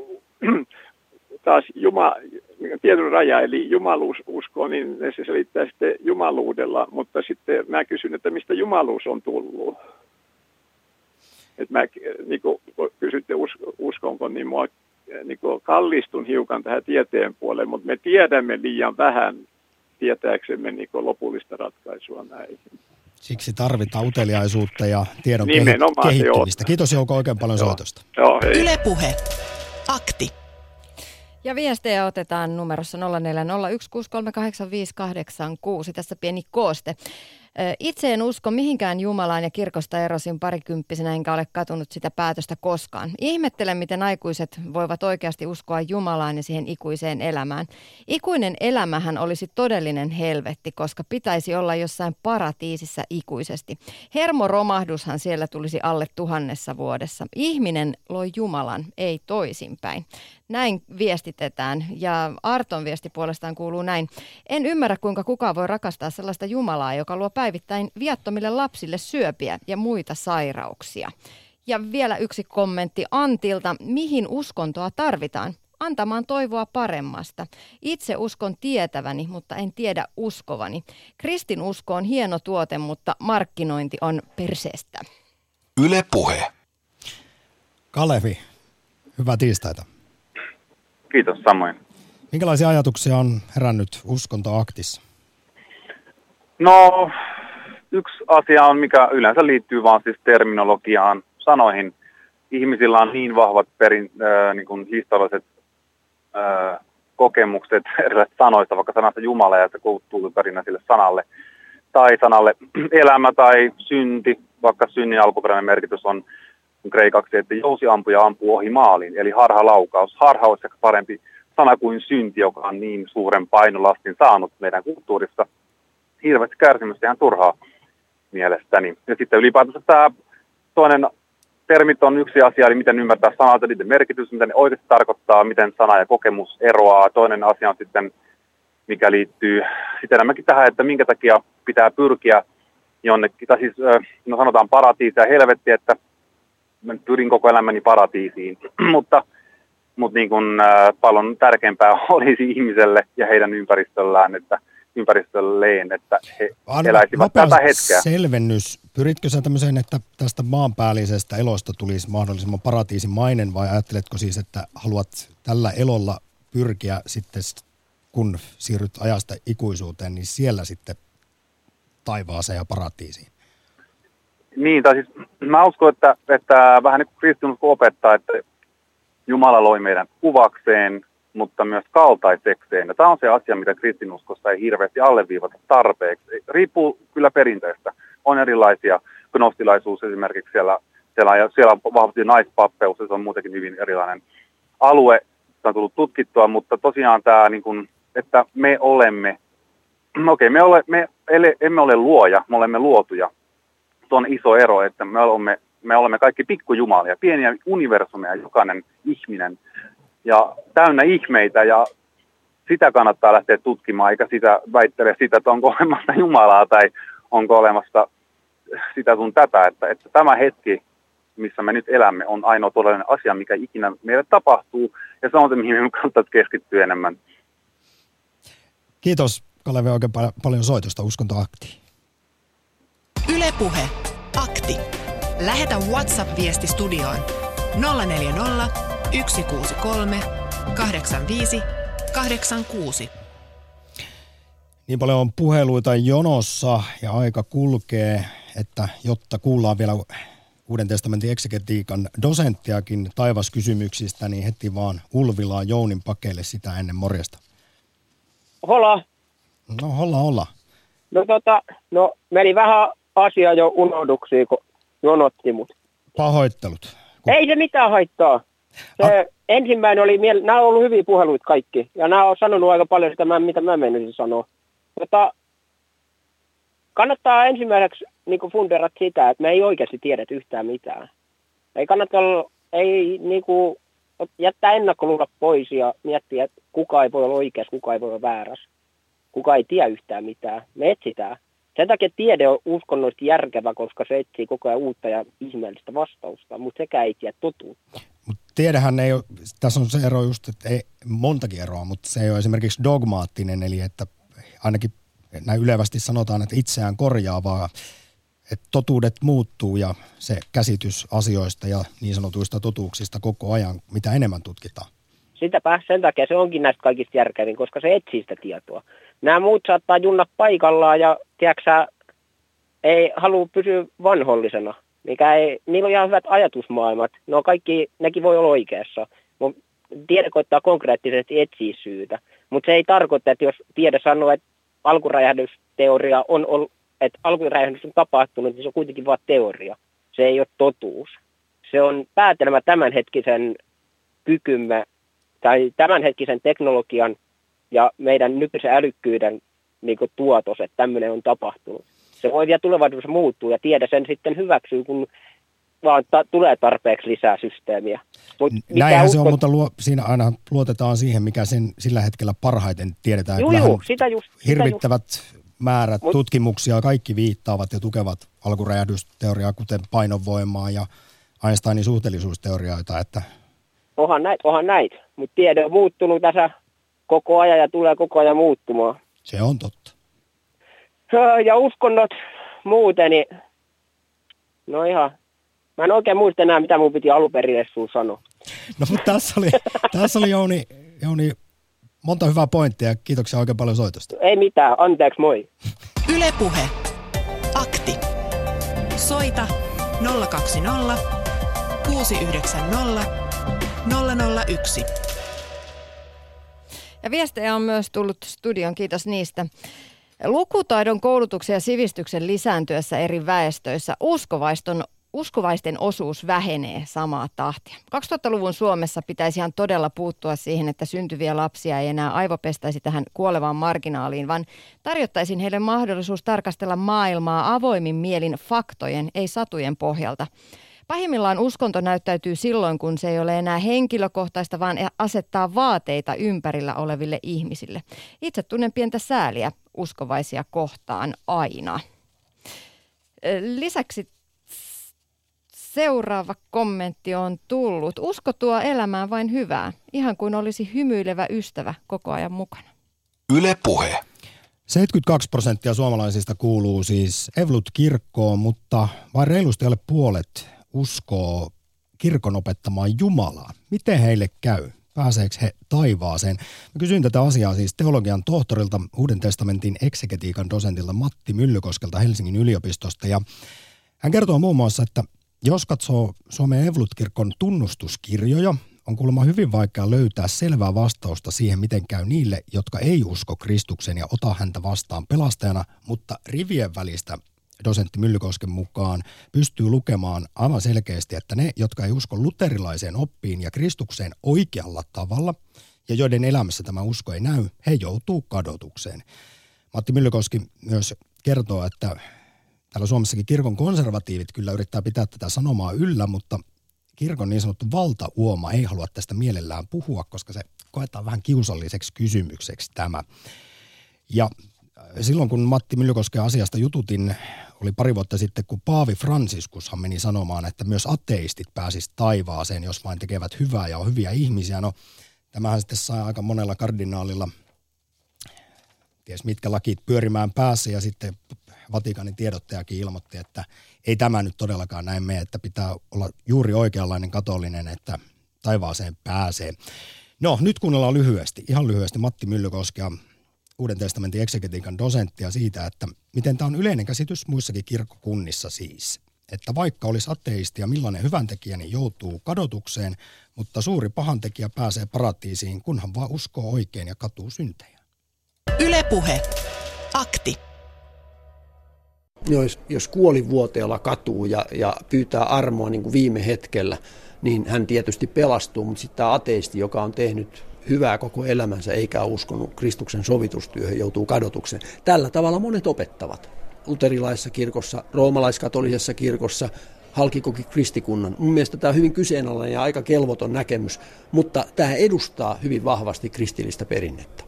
Speaker 9: taas Juma, tiedon raja, eli jumaluus usko, niin se selittää sitten jumaluudella, mutta sitten mä kysyn, että mistä jumaluus on tullut. Että mä, niin kuin kysytte uskonko, niin mua niin kuin kallistun hiukan tähän tieteen puoleen, mutta me tiedämme liian vähän tietääksemme niin kuin lopullista ratkaisua näihin.
Speaker 1: Siksi tarvitaan uteliaisuutta ja tiedon
Speaker 9: Nimenomaan
Speaker 1: kehittymistä. Kiitos Jouko oikein paljon
Speaker 9: Joo.
Speaker 1: soitosta.
Speaker 9: Joo, hei.
Speaker 3: Yle Puhe. Akti.
Speaker 2: Ja viestejä otetaan numerossa nolla neljä nolla yksi kuusi kolme kahdeksan viisi kahdeksan kuusi. Tässä pieni kooste. Itse en usko mihinkään Jumalaan ja kirkosta erosin parikymppisenä, enkä ole katunut sitä päätöstä koskaan. Ihmettelen, miten aikuiset voivat oikeasti uskoa Jumalaan ja siihen ikuiseen elämään. Ikuinen elämähän olisi todellinen helvetti, koska pitäisi olla jossain paratiisissa ikuisesti. Hermoromahdushan siellä tulisi alle tuhannessa vuodessa. Ihminen loi Jumalan, ei toisinpäin. Näin viestitetään ja Arton viesti puolestaan kuuluu näin. En ymmärrä, kuinka kukaan voi rakastaa sellaista Jumalaa, joka luo päivittäin viattomille lapsille syöpiä ja muita sairauksia. Ja vielä yksi kommentti Antilta. Mihin uskontoa tarvitaan? Antamaan toivoa paremmasta. Itse uskon tietäväni, mutta en tiedä uskovani. Kristinusko on hieno tuote, mutta markkinointi on perseestä.
Speaker 5: Yle Puhe.
Speaker 1: Kalevi, hyvää tiistaita.
Speaker 10: Kiitos, samoin.
Speaker 1: Minkälaisia ajatuksia on herännyt uskontoaktissa?
Speaker 10: No, yksi asia on, mikä yleensä liittyy vaan siis terminologiaan, sanoihin. Ihmisillä on niin vahvat perin, äh, niin kuin historialliset äh, kokemukset erilaisista sanoista, vaikka sanasta Jumala ja se kulttuuriperinnä sille sanalle, tai sanalle elämä tai synti, vaikka synnin alkuperäinen merkitys on kreikaksi, että jousi ampuja ampuu ohi maalin, eli harhalaukaus. Harha olisi ehkä parempi sana kuin synti, joka on niin suuren painolastin saanut meidän kulttuurissa. Hirveästi kärsimystä ihan turhaa mielestäni. Ja sitten ylipäätänsä tämä toinen termit on yksi asia, eli miten ymmärtää sanat ja niiden merkitys, mitä ne oikeasti tarkoittaa, miten sana ja kokemus eroaa. Toinen asia on sitten, mikä liittyy sitten enemmänkin tähän, että minkä takia pitää pyrkiä jonnekin, tai siis no sanotaan paratiisi ja helvetti, että mä pyrin koko elämäni paratiisiin, mutta, mutta niin kuin, äh, paljon tärkeämpää olisi ihmiselle ja heidän ympäristöllään, että ympäristölleen, että he Anna, eläisivät tätä hetkeä.
Speaker 1: Selvennys. Pyritkö sä tämmöiseen, että tästä maanpäällisestä elosta tulisi mahdollisimman paratiisimainen, vai ajatteletko siis, että haluat tällä elolla pyrkiä sitten, kun siirryt ajasta ikuisuuteen, niin siellä sitten taivaaseen ja paratiisiin?
Speaker 10: Niin, tai siis mä uskon, että, että vähän niin kuin kristinusko opettaa, että Jumala loi meidän kuvakseen, mutta myös kaltaisekseen. Ja tämä on se asia, mitä kristinuskossa ei hirveästi alleviivata tarpeeksi. Riippuu kyllä perinteestä. On erilaisia, gnostilaisuus esimerkiksi siellä, siellä, ja siellä on vahvasti naispappeus, se on muutenkin hyvin erilainen alue. Se on tullut tutkittua, mutta tosiaan tämä, niin kuin, että me olemme, okei, okay, me, ole, me ele, emme ole luoja, me olemme luotuja. Se on iso ero, että me olemme, me olemme kaikki pikkujumalia, pieniä universumeja, jokainen ihminen. Ja täynnä ihmeitä, ja sitä kannattaa lähteä tutkimaan, eikä sitä väittele sitä, että onko olemassa Jumalaa tai onko olemassa sitä sun tätä, että, että tämä hetki, missä me nyt elämme, on ainoa todellinen asia, mikä ikinä meille tapahtuu, ja se on se, mihin me kannattaa keskittyä enemmän.
Speaker 1: Kiitos, Kalevi, oikein pal- paljon soitosta Uskontoaktiin.
Speaker 3: Yle Puhe. Akti. Lähetä WhatsApp-viesti studioon nolla neljä nolla, yksi kuusi kolme, kahdeksan viisi, kahdeksan kuusi.
Speaker 1: Niin paljon on puheluita jonossa ja aika kulkee, että jotta kuullaan vielä Uuden testamentin eksegetiikan dosenttiakin taivaskysymyksistä, niin heti vaan Ulvilaa Jounin pakeille sitä ennen. Morjesta.
Speaker 11: Hola.
Speaker 1: No holla holla.
Speaker 11: No tota, no meni vähän asia jo unohduksiin, kun jonotti mut.
Speaker 1: Pahoittelut. Kun...
Speaker 11: Ei se mitään haittaa. Se A... ensimmäinen oli, miele... nämä on ollut hyviä puheluita kaikki, ja nämä on sanonut aika paljon sitä, mitä mä menisin sanoa. Mutta kannattaa ensimmäiseksi niin funderat sitä, että me ei oikeasti tiedetä yhtään mitään. Ei kannata olla, ei niin kuin, jättää ennakkoluulot pois ja miettiä, että kuka ei voi olla oikeassa, kuka ei voi olla väärässä. Kuka ei tiedä yhtään mitään. Me etsitään. Sen takia tiede on uskonnollisesti järkevä, koska se etsii koko ajan uutta ja ihmeellistä vastausta, mutta sekään ei tiedä totuutta.
Speaker 1: Mut tiedehän ei ole, tässä on se ero just, että ei montakin eroa, mutta se ei ole esimerkiksi dogmaattinen, eli että ainakin näin ylevästi sanotaan, että itseään korjaavaa, että totuudet muuttuu ja se käsitys asioista ja niin sanotuista totuuksista koko ajan, mitä enemmän tutkitaan.
Speaker 11: Sitäpä sen takia se onkin näistä kaikista järkevin, koska se etsii sitä tietoa. Nämä muut saattaa junnaa paikallaan ja tiedätkö, ei halua pysyä vanhollisena. Mikä ei, niillä on ihan hyvät ajatusmaailmat. No kaikki, nekin voi olla oikeassa. Mutta tiede koittaa konkreettisesti etsiä syytä. Mutta se ei tarkoita, että jos tiede sanoo, että alkuräjähdysteoria on ollut, että alkuräjähdys on tapahtunut, niin se on kuitenkin vain teoria. Se ei ole totuus. Se on päätelmä tämänhetkisen kykymme tai tämänhetkisen teknologian ja meidän nykyisen älykkyyden niin kuin tuotos, että tämmöinen on tapahtunut. Se voi vielä tulevaisuudessa muuttua ja tiede sen sitten hyväksyy, kun vaan ta- tulee tarpeeksi lisää systeemiä. Mut
Speaker 1: näinhän uskon... se on, mutta luo, siinä aina luotetaan siihen, mikä sen sillä hetkellä parhaiten tiedetään.
Speaker 11: Juu, juu, sitä just,
Speaker 1: hirvittävät
Speaker 11: sitä just.
Speaker 1: määrät Mut... tutkimuksia, kaikki viittaavat ja tukevat alkuräjähdysteoriaa, kuten painovoimaa ja Einsteinin suhteellisuusteorioita. Että...
Speaker 11: Onhan näitä, onhan näitä. Mutta tiede on muuttunut tässä koko ajan ja tulee koko ajan muuttumaan.
Speaker 1: Se on totta.
Speaker 11: Ja uskonnot muuten, niin no ihan, mä en oikein muista enää, mitä mun piti alunperin sun sanoa.
Speaker 1: No mutta tässä oli, tässä oli Jouni, Jouni, monta hyvää pointtia ja kiitoksia oikein paljon soitosta.
Speaker 11: Ei mitään, anteeksi, moi.
Speaker 3: Yle Puhe. Akti. Soita nolla kaksi nolla kuusi yhdeksän nolla nolla nolla yksi.
Speaker 2: Ja viestejä on myös tullut studion, kiitos niistä. Lukutaidon, koulutuksen ja sivistyksen lisääntyessä eri väestöissä uskovaiston, uskovaisten osuus vähenee samaa tahtia. kaksituhattaluvun Suomessa pitäisi ihan todella puuttua siihen, että syntyviä lapsia ei enää aivopestäisi tähän kuolevaan marginaaliin, vaan tarjottaisiin heille mahdollisuus tarkastella maailmaa avoimin mielin faktojen, ei satujen pohjalta. Pahimmillaan uskonto näyttäytyy silloin, kun se ei ole enää henkilökohtaista, vaan asettaa vaateita ympärillä oleville ihmisille. Itse tunnen pientä sääliä uskovaisia kohtaan aina. Lisäksi seuraava kommentti on tullut. Usko tuo elämään vain hyvää, ihan kuin olisi hymyilevä ystävä koko ajan mukana.
Speaker 5: Yle Puhe.
Speaker 1: seitsemänkymmentäkaksi prosenttia suomalaisista kuuluu siis Evankelut-kirkkoon, mutta vain reilusti alle puolet uskoo kirkon opettamaan Jumalaa. Miten heille käy? Pääseekö he taivaaseen? Mä kysyin tätä asiaa siis teologian tohtorilta, Uuden testamentin eksegetiikan dosentilta Matti Myllykoskelta Helsingin yliopistosta. Ja hän kertoo muun muassa, että jos katsoo Suomen Evankelut-kirkon tunnustuskirjoja, on kuulemma hyvin vaikea löytää selvää vastausta siihen, miten käy niille, jotka ei usko Kristukseen ja ota häntä vastaan pelastajana, mutta rivien välistä dosentti Myllykosken mukaan pystyy lukemaan aivan selkeästi, että ne, jotka ei usko luterilaiseen oppiin ja Kristukseen oikealla tavalla ja joiden elämässä tämä usko ei näy, he joutuu kadotukseen. Matti Myllykoski myös kertoo, että täällä Suomessakin kirkon konservatiivit kyllä yrittää pitää tätä sanomaa yllä, mutta kirkon niin sanottu valtauoma ei halua tästä mielellään puhua, koska se koetaan vähän kiusalliseksi kysymykseksi tämä. Ja silloin kun Matti Myllykosken asiasta jututin, oli pari vuotta sitten, kun Paavi Franciscushan meni sanomaan, että myös ateistit pääsisivät taivaaseen, jos vain tekevät hyvää ja on hyviä ihmisiä. No tämähän sitten sai aika monella kardinaalilla, ties mitkä lakit pyörimään päässä, ja sitten Vatikaanin tiedottajakin ilmoitti, että ei tämä nyt todellakaan näin mene, että pitää olla juuri oikeanlainen katolinen, että taivaaseen pääsee. No nyt kuunnellaan lyhyesti, ihan lyhyesti Matti Myllykoskea, Uuden testamentin eksegetiikan dosenttia siitä, että miten tämä on yleinen käsitys muissakin kirkkokunnissa siis. Että vaikka olisi ateisti ja millainen hyväntekijä, niin joutuu kadotukseen, mutta suuri pahantekijä pääsee paratiisiin, kunhan vaan uskoo oikein ja katuu syntejä.
Speaker 3: Yle Puhe. Akti.
Speaker 12: Jos, jos kuolivuoteella katuu ja, ja pyytää armoa niin kuin viime hetkellä, niin hän tietysti pelastuu, mutta sitten tämä ateisti, joka on tehnyt hyvää koko elämänsä eikä ole uskonut Kristuksen sovitustyöhön, joutuu kadotukseen. Tällä tavalla monet opettavat. Luterilaisessa kirkossa, roomalaiskatolisessa kirkossa, halkikoki kristikunnan. Mun mielestä tämä on hyvin kyseenalainen ja aika kelvoton näkemys, mutta tämä edustaa hyvin vahvasti kristillistä perinnettä.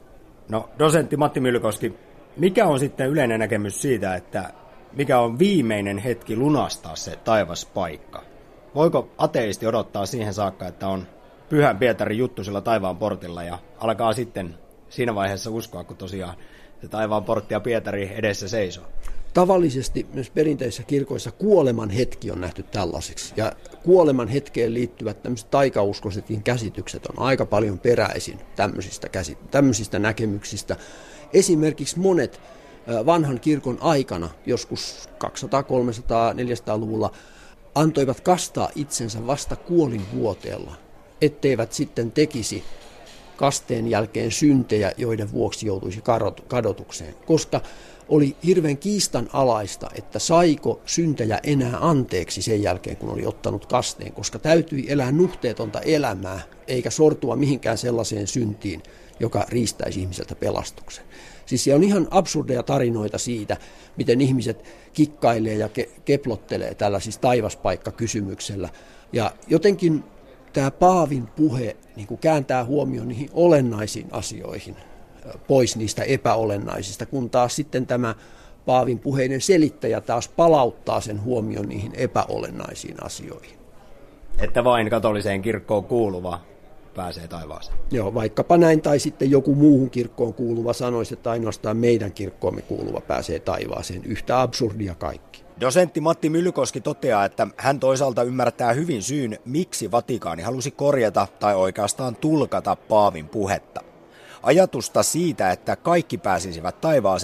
Speaker 1: No, dosentti Matti Myllykoski, mikä on sitten yleinen näkemys siitä, että mikä on viimeinen hetki lunastaa se taivaspaikka? Voiko ateisti odottaa siihen saakka, että on Pyhän Pietarin juttu sillä taivaan portilla ja alkaa sitten siinä vaiheessa uskoa, kun tosiaan se taivaan portti ja Pietari edessä seisoo?
Speaker 12: Tavallisesti myös perinteisissä kirkoissa kuoleman hetki on nähty tällaiseksi. Ja kuoleman hetkeen liittyvät tämmöiset taikauskoisetkin käsitykset on aika paljon peräisin tämmöisistä, käsit- tämmöisistä näkemyksistä. Esimerkiksi monet vanhan kirkon aikana, joskus kaksisataa, kolmesataa, neljäsataa-luvulla, antoivat kastaa itsensä vasta kuolinvuoteella, etteivät sitten tekisi kasteen jälkeen syntejä, joiden vuoksi joutuisi kadotukseen. Koska oli hirveän kiistanalaista, että saiko syntejä enää anteeksi sen jälkeen, kun oli ottanut kasteen, koska täytyi elää nuhteetonta elämää, eikä sortua mihinkään sellaiseen syntiin, joka riistäisi ihmiseltä pelastuksen. Siis se on ihan absurdeja tarinoita siitä, miten ihmiset kikkailee ja ke- keplottelee tällä siis taivaspaikkakysymyksellä. Ja jotenkin tämä Paavin puhe niin kuin kääntää huomioon niihin olennaisiin asioihin pois niistä epäolennaisista, kun taas sitten tämä Paavin puheiden selittäjä taas palauttaa sen huomioon niihin epäolennaisiin asioihin.
Speaker 1: Että vain katoliseen kirkkoon kuuluva pääsee taivaaseen.
Speaker 12: Joo, vaikkapa näin, tai sitten joku muuhun kirkkoon kuuluva sanoisi, että ainoastaan meidän kirkkoomme kuuluva pääsee taivaaseen. Yhtä absurdia kaikki.
Speaker 1: Dosentti Matti Myllykoski toteaa, että hän toisaalta ymmärtää hyvin syyn, miksi Vatikaani halusi korjata tai oikeastaan tulkata Paavin puhetta. Ajatusta siitä, että kaikki pääsisivät taivaaseen,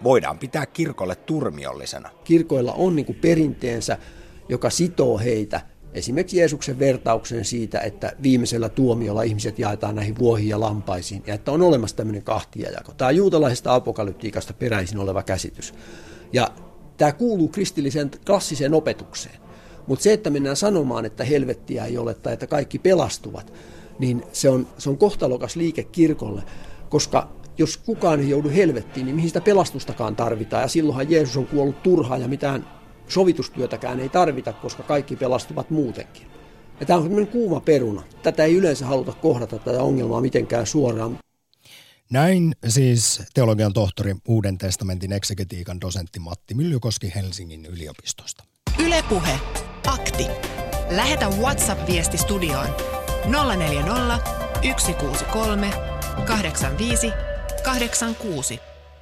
Speaker 13: voidaan pitää kirkolle turmiollisena.
Speaker 12: Kirkoilla on niin kuin perinteensä, joka sitoo heitä. Esimerkiksi Jeesuksen vertauksen siitä, että viimeisellä tuomiolla ihmiset jaetaan näihin vuohiin ja lampaisiin, ja että on olemassa tämmöinen kahtiajako. Tämä on juutalaisesta apokalyptiikasta peräisin oleva käsitys. Ja tämä kuuluu kristilliseen klassiseen opetukseen. Mutta se, että mennään sanomaan, että helvettiä ei ole tai että kaikki pelastuvat, niin se on, se on kohtalokas liike kirkolle, koska jos kukaan ei joudu helvettiin, niin mihin sitä pelastustakaan tarvitaan. Ja silloinhan Jeesus on kuollut turhaan ja mitään sovitustyötäkään ei tarvita, koska kaikki pelastuvat muutenkin. Ja tämä on sellainen kuuma peruna. Tätä ei yleensä haluta kohdata tätä ongelmaa mitenkään suoraan.
Speaker 1: Näin siis teologian tohtori, Uuden testamentin eksegetiikan dosentti Matti Myllykoski Helsingin yliopistosta.
Speaker 3: Yle Puhe. Akti. Lähetä WhatsApp-viesti studioon nolla neljä nolla, yksi kuusi kolme, kahdeksan viisi, kahdeksan kuusi.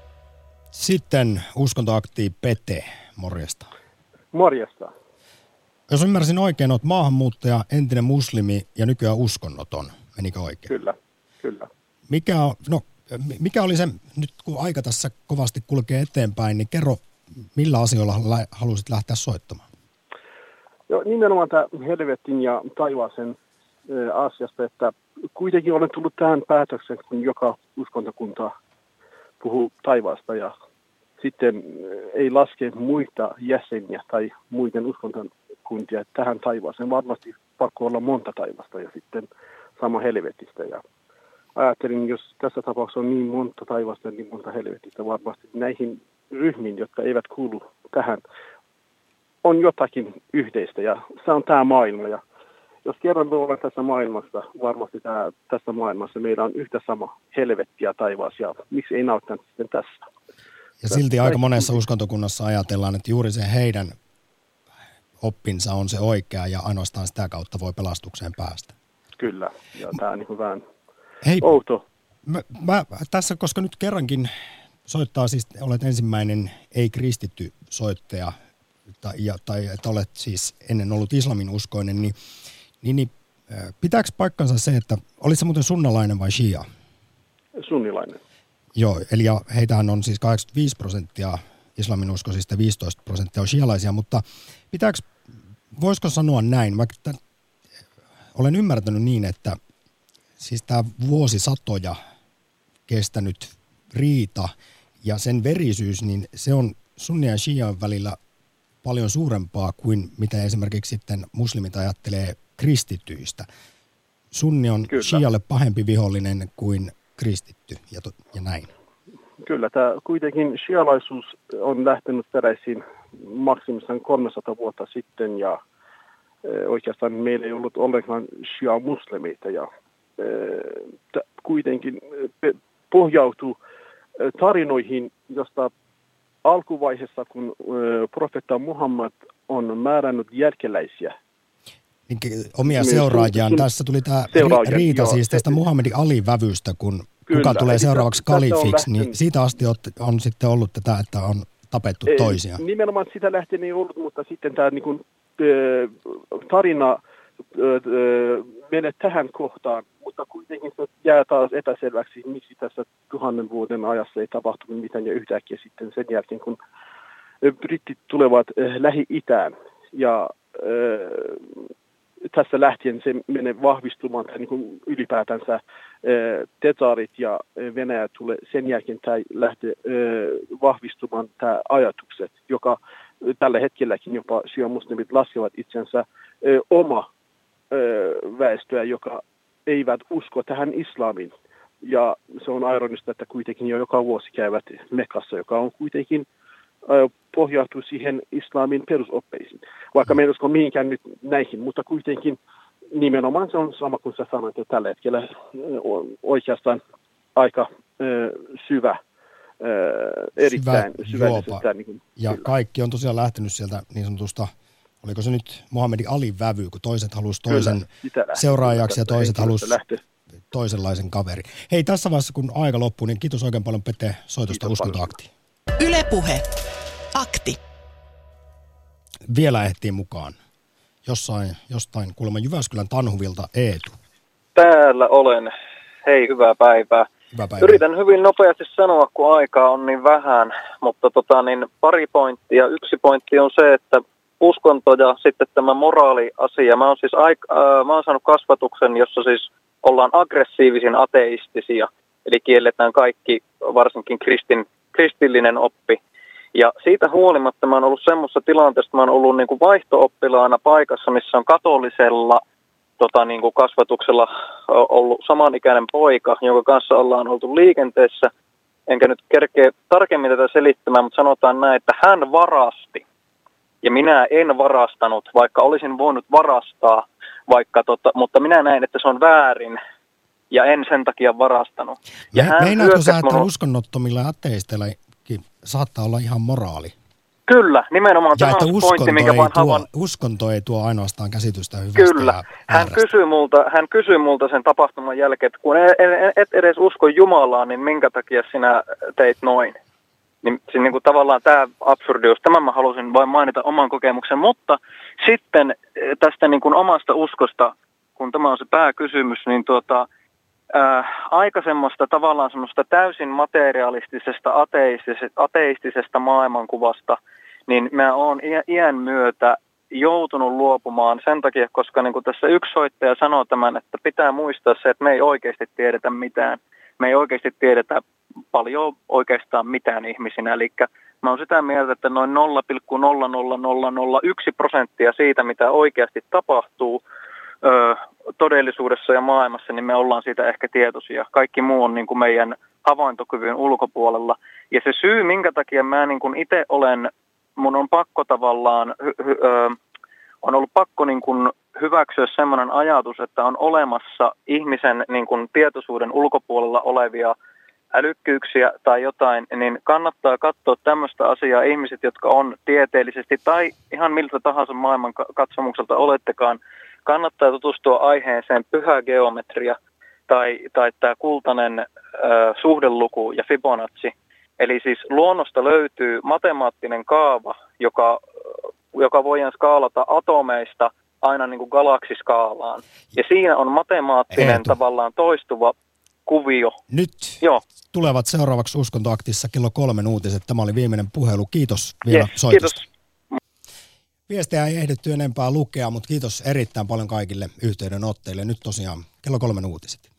Speaker 1: Sitten uskontoakti Pete, morjesta.
Speaker 14: Morjesta.
Speaker 1: Jos ymmärsin oikein, olet maahanmuuttaja, entinen muslimi ja nykyään uskonnoton. Menikö oikein?
Speaker 14: Kyllä, kyllä.
Speaker 1: Mikä, on, no, mikä oli se, nyt kun aika tässä kovasti kulkee eteenpäin, niin kerro, millä asioilla halusit lähteä soittamaan?
Speaker 14: Joo, nimenomaan tämä helvetin ja taivaaseen asiasta, että kuitenkin olen tullut tähän päätökseen, kun joka uskontokunta puhuu taivaasta ja sitten ei laske muita jäseniä tai muiden uskontokuntia tähän taivaaseen. Varmasti pakko olla monta taivasta ja sitten sama helvetistä. Ja ajattelin, jos tässä tapauksessa on niin monta taivasta ja niin monta helvetistä, varmasti näihin ryhmiin, jotka eivät kuulu tähän, on jotakin yhteistä ja se on tämä maailma. Ja jos kerran ollaan tässä maailmassa, varmasti tämä, tässä maailmassa meillä on yhtä sama helvetti ja taivaas ja miksi ei nauttia sitten tässä.
Speaker 1: Ja silti aika monessa uskontokunnassa ajatellaan, että juuri se heidän oppinsa on se oikea ja ainoastaan sitä kautta voi pelastukseen päästä.
Speaker 14: Kyllä, ja tämä on niin kuin vähän
Speaker 1: Hei,
Speaker 14: outo.
Speaker 1: Mä, mä, tässä, koska nyt kerrankin soittaa, siis olet ensimmäinen ei-kristitty soittaja, tai, ja, tai että olet siis ennen ollut islamin uskoinen, niin, niin, niin pitääkö paikkansa se, että olit sä muuten sunnalainen vai shia?
Speaker 14: Sunnilainen.
Speaker 1: Joo, eli heitähän on siis kahdeksankymmentäviisi prosenttia islaminuskoisista, viisitoista prosenttia on shialaisia, mutta pitääkö, voisiko sanoa näin, vaikka tämän, olen ymmärtänyt niin, että siis tämä vuosisatoja kestänyt riita ja sen verisyys, niin se on sunni ja shian välillä paljon suurempaa kuin mitä esimerkiksi sitten muslimit ajattelee kristityistä. Sunni on Kyllä. shialle pahempi vihollinen kuin kristitty ja, to, ja näin.
Speaker 14: Kyllä, tämä kuitenkin shialaisuus on lähtenyt peräisin maksimissaan kolmesataa vuotta sitten ja e, oikeastaan meillä ei ollut ollenkaan shia-muslimeita ja e, t- kuitenkin e, pohjautuu e, tarinoihin, josta alkuvaiheessa, kun e, profeetta Muhammad on määrännyt jälkeläisiä.
Speaker 1: Niin, omia seuraajiaan. Tässä tuli tämä riita joo, siis tästä se, Muhammedin alivävystä, kun kyllä, kuka tulee seuraavaksi kalifiksi, niin siitä asti on, on sitten ollut tätä, että on tapettu ei, toisia.
Speaker 14: Nimenomaan sitä lähtien ei ollut, mutta sitten tämä niin kuin, tarina menee tähän kohtaan, mutta kuitenkin se jää taas epäselväksi, miksi tässä tuhannen vuoden ajassa ei tapahtunut mitään ja yhtäkkiä sitten sen jälkeen, kun britit tulevat Lähi-Itään ja tässä lähtien se menee vahvistumaan, tai niin kuin ylipäätänsä tetarit ja Venäjä tulee, sen jälkeen tämä lähtee vahvistumaan tämä ajatukset, joka tällä hetkelläkin jopa shia-muslimit laskevat itsensä oma väestöä, joka eivät usko tähän islamiin. Ja se on ironista, että kuitenkin jo joka vuosi käyvät Mekassa, joka on kuitenkin pohjautuu siihen islamin perusoppeisiin. Vaikka me ei usko mihinkään nyt näihin, mutta kuitenkin nimenomaan se on sama kuin sä sanoit, että tällä hetkellä on oikeastaan aika äh, syvä, äh, erittäin syvällisesti. Niin
Speaker 1: ja kyllä. Kaikki on tosiaan lähtenyt sieltä niin sanotusta, oliko se nyt Muhammedin alivävy, kun toiset halusi toisen kyllä, seuraajaksi ja toiset halusi toisenlaisen kaverin. Hei, tässä vaiheessa kun aika loppuu, niin kiitos oikein paljon Pete soitosta Uskontoaktiin.
Speaker 3: Yle Puhe. Akti.
Speaker 1: Vielä ehtii mukaan. Jossain, jostain kuulemma Jyväskylän Tanhuvilta Eetu.
Speaker 15: Täällä olen. Hei, hyvää päivää.
Speaker 1: Hyvää päivää.
Speaker 15: Yritän hyvin nopeasti sanoa, kun aikaa on niin vähän, mutta tota, niin pari pointtia. Yksi pointti on se, että uskonto ja sitten tämä moraaliasia. Mä oon siis aik- äh, mä oon saanut kasvatuksen, jossa siis ollaan aggressiivisin ateistisia, eli kielletään kaikki, varsinkin kristin, kristillinen oppi. Ja siitä huolimatta mä oon ollut semmoisessa tilanteessa, että mä oon ollut niin kuin vaihto-oppilaana paikassa, missä on katolisella tota, niin kuin kasvatuksella ollut samanikäinen poika, jonka kanssa ollaan oltu liikenteessä. Enkä nyt kerkeä tarkemmin tätä selittämään, mutta sanotaan näin, että hän varasti. Ja minä en varastanut, vaikka olisin voinut varastaa, vaikka tota, mutta minä näin, että se on väärin. Ja en sen takia varastanut. Ja
Speaker 1: Me, meinaatko sä, että mun... uskonnottomilla ateisteilla saattaa olla ihan moraali?
Speaker 15: Kyllä, nimenomaan
Speaker 1: ja
Speaker 15: tämä
Speaker 1: että
Speaker 15: on
Speaker 1: uskonto,
Speaker 15: pointti, minkä
Speaker 1: ei
Speaker 15: vaan
Speaker 1: tuo,
Speaker 15: havan...
Speaker 1: uskonto ei tuo ainoastaan käsitystä hyvästä.
Speaker 15: Kyllä, hän kysyi, multa, hän kysyi multa sen tapahtuman jälkeen, että kun et edes usko Jumalaa, niin minkä takia sinä teit noin? Niin, niin kuin tavallaan tämä absurdius, tämän mä halusin vain mainita oman kokemuksen, mutta sitten tästä niin kuin omasta uskosta, kun tämä on se pääkysymys, niin tuota... Äh, aikaisemmasta tavallaan semmoista täysin materialistisesta ateistisesta, ateistisesta maailmankuvasta, niin mä oon iän myötä joutunut luopumaan sen takia, koska niin kuin tässä yksi soittaja sanoo tämän, että pitää muistaa se, että me ei oikeasti tiedetä mitään. Me ei oikeasti tiedetä paljon oikeastaan mitään ihmisinä, eli mä oon sitä mieltä, että noin nolla pilkku nolla nolla nolla nolla yksi prosenttia siitä, mitä oikeasti tapahtuu, Öö, todellisuudessa ja maailmassa, niin me ollaan siitä ehkä tietoisia. Kaikki muu on niin kuin meidän havaintokyvyn ulkopuolella. Ja se syy, minkä takia mä niin kuin itse olen, mun on pakko tavallaan, hy, hy, öö, on ollut pakko niin kuin hyväksyä semmoinen ajatus, että on olemassa ihmisen niin kuin tietoisuuden ulkopuolella olevia älykkyyksiä tai jotain, niin kannattaa katsoa tämmöistä asiaa ihmiset, jotka on tieteellisesti tai ihan miltä tahansa maailman katsomukselta olettekaan, kannattaa tutustua aiheeseen pyhä geometria tai, tai tämä kultainen ö, suhdeluku ja Fibonacci. Eli siis luonnosta löytyy matemaattinen kaava, joka, joka voidaan skaalata atomeista aina niin kuin galaksiskaalaan. Ja siinä on matemaattinen Eetu. tavallaan toistuva kuvio.
Speaker 1: Nyt
Speaker 15: Joo.
Speaker 1: tulevat seuraavaksi Uskontoaktissa kello kolmen uutiset. Tämä oli viimeinen puhelu. Kiitos vielä
Speaker 15: yes,
Speaker 1: soitosta.
Speaker 15: Kiitos.
Speaker 1: Viestejä ei ehditty enempää lukea, mutta kiitos erittäin paljon kaikille yhteydenotteille. Nyt tosiaan kello kolmen uutiset.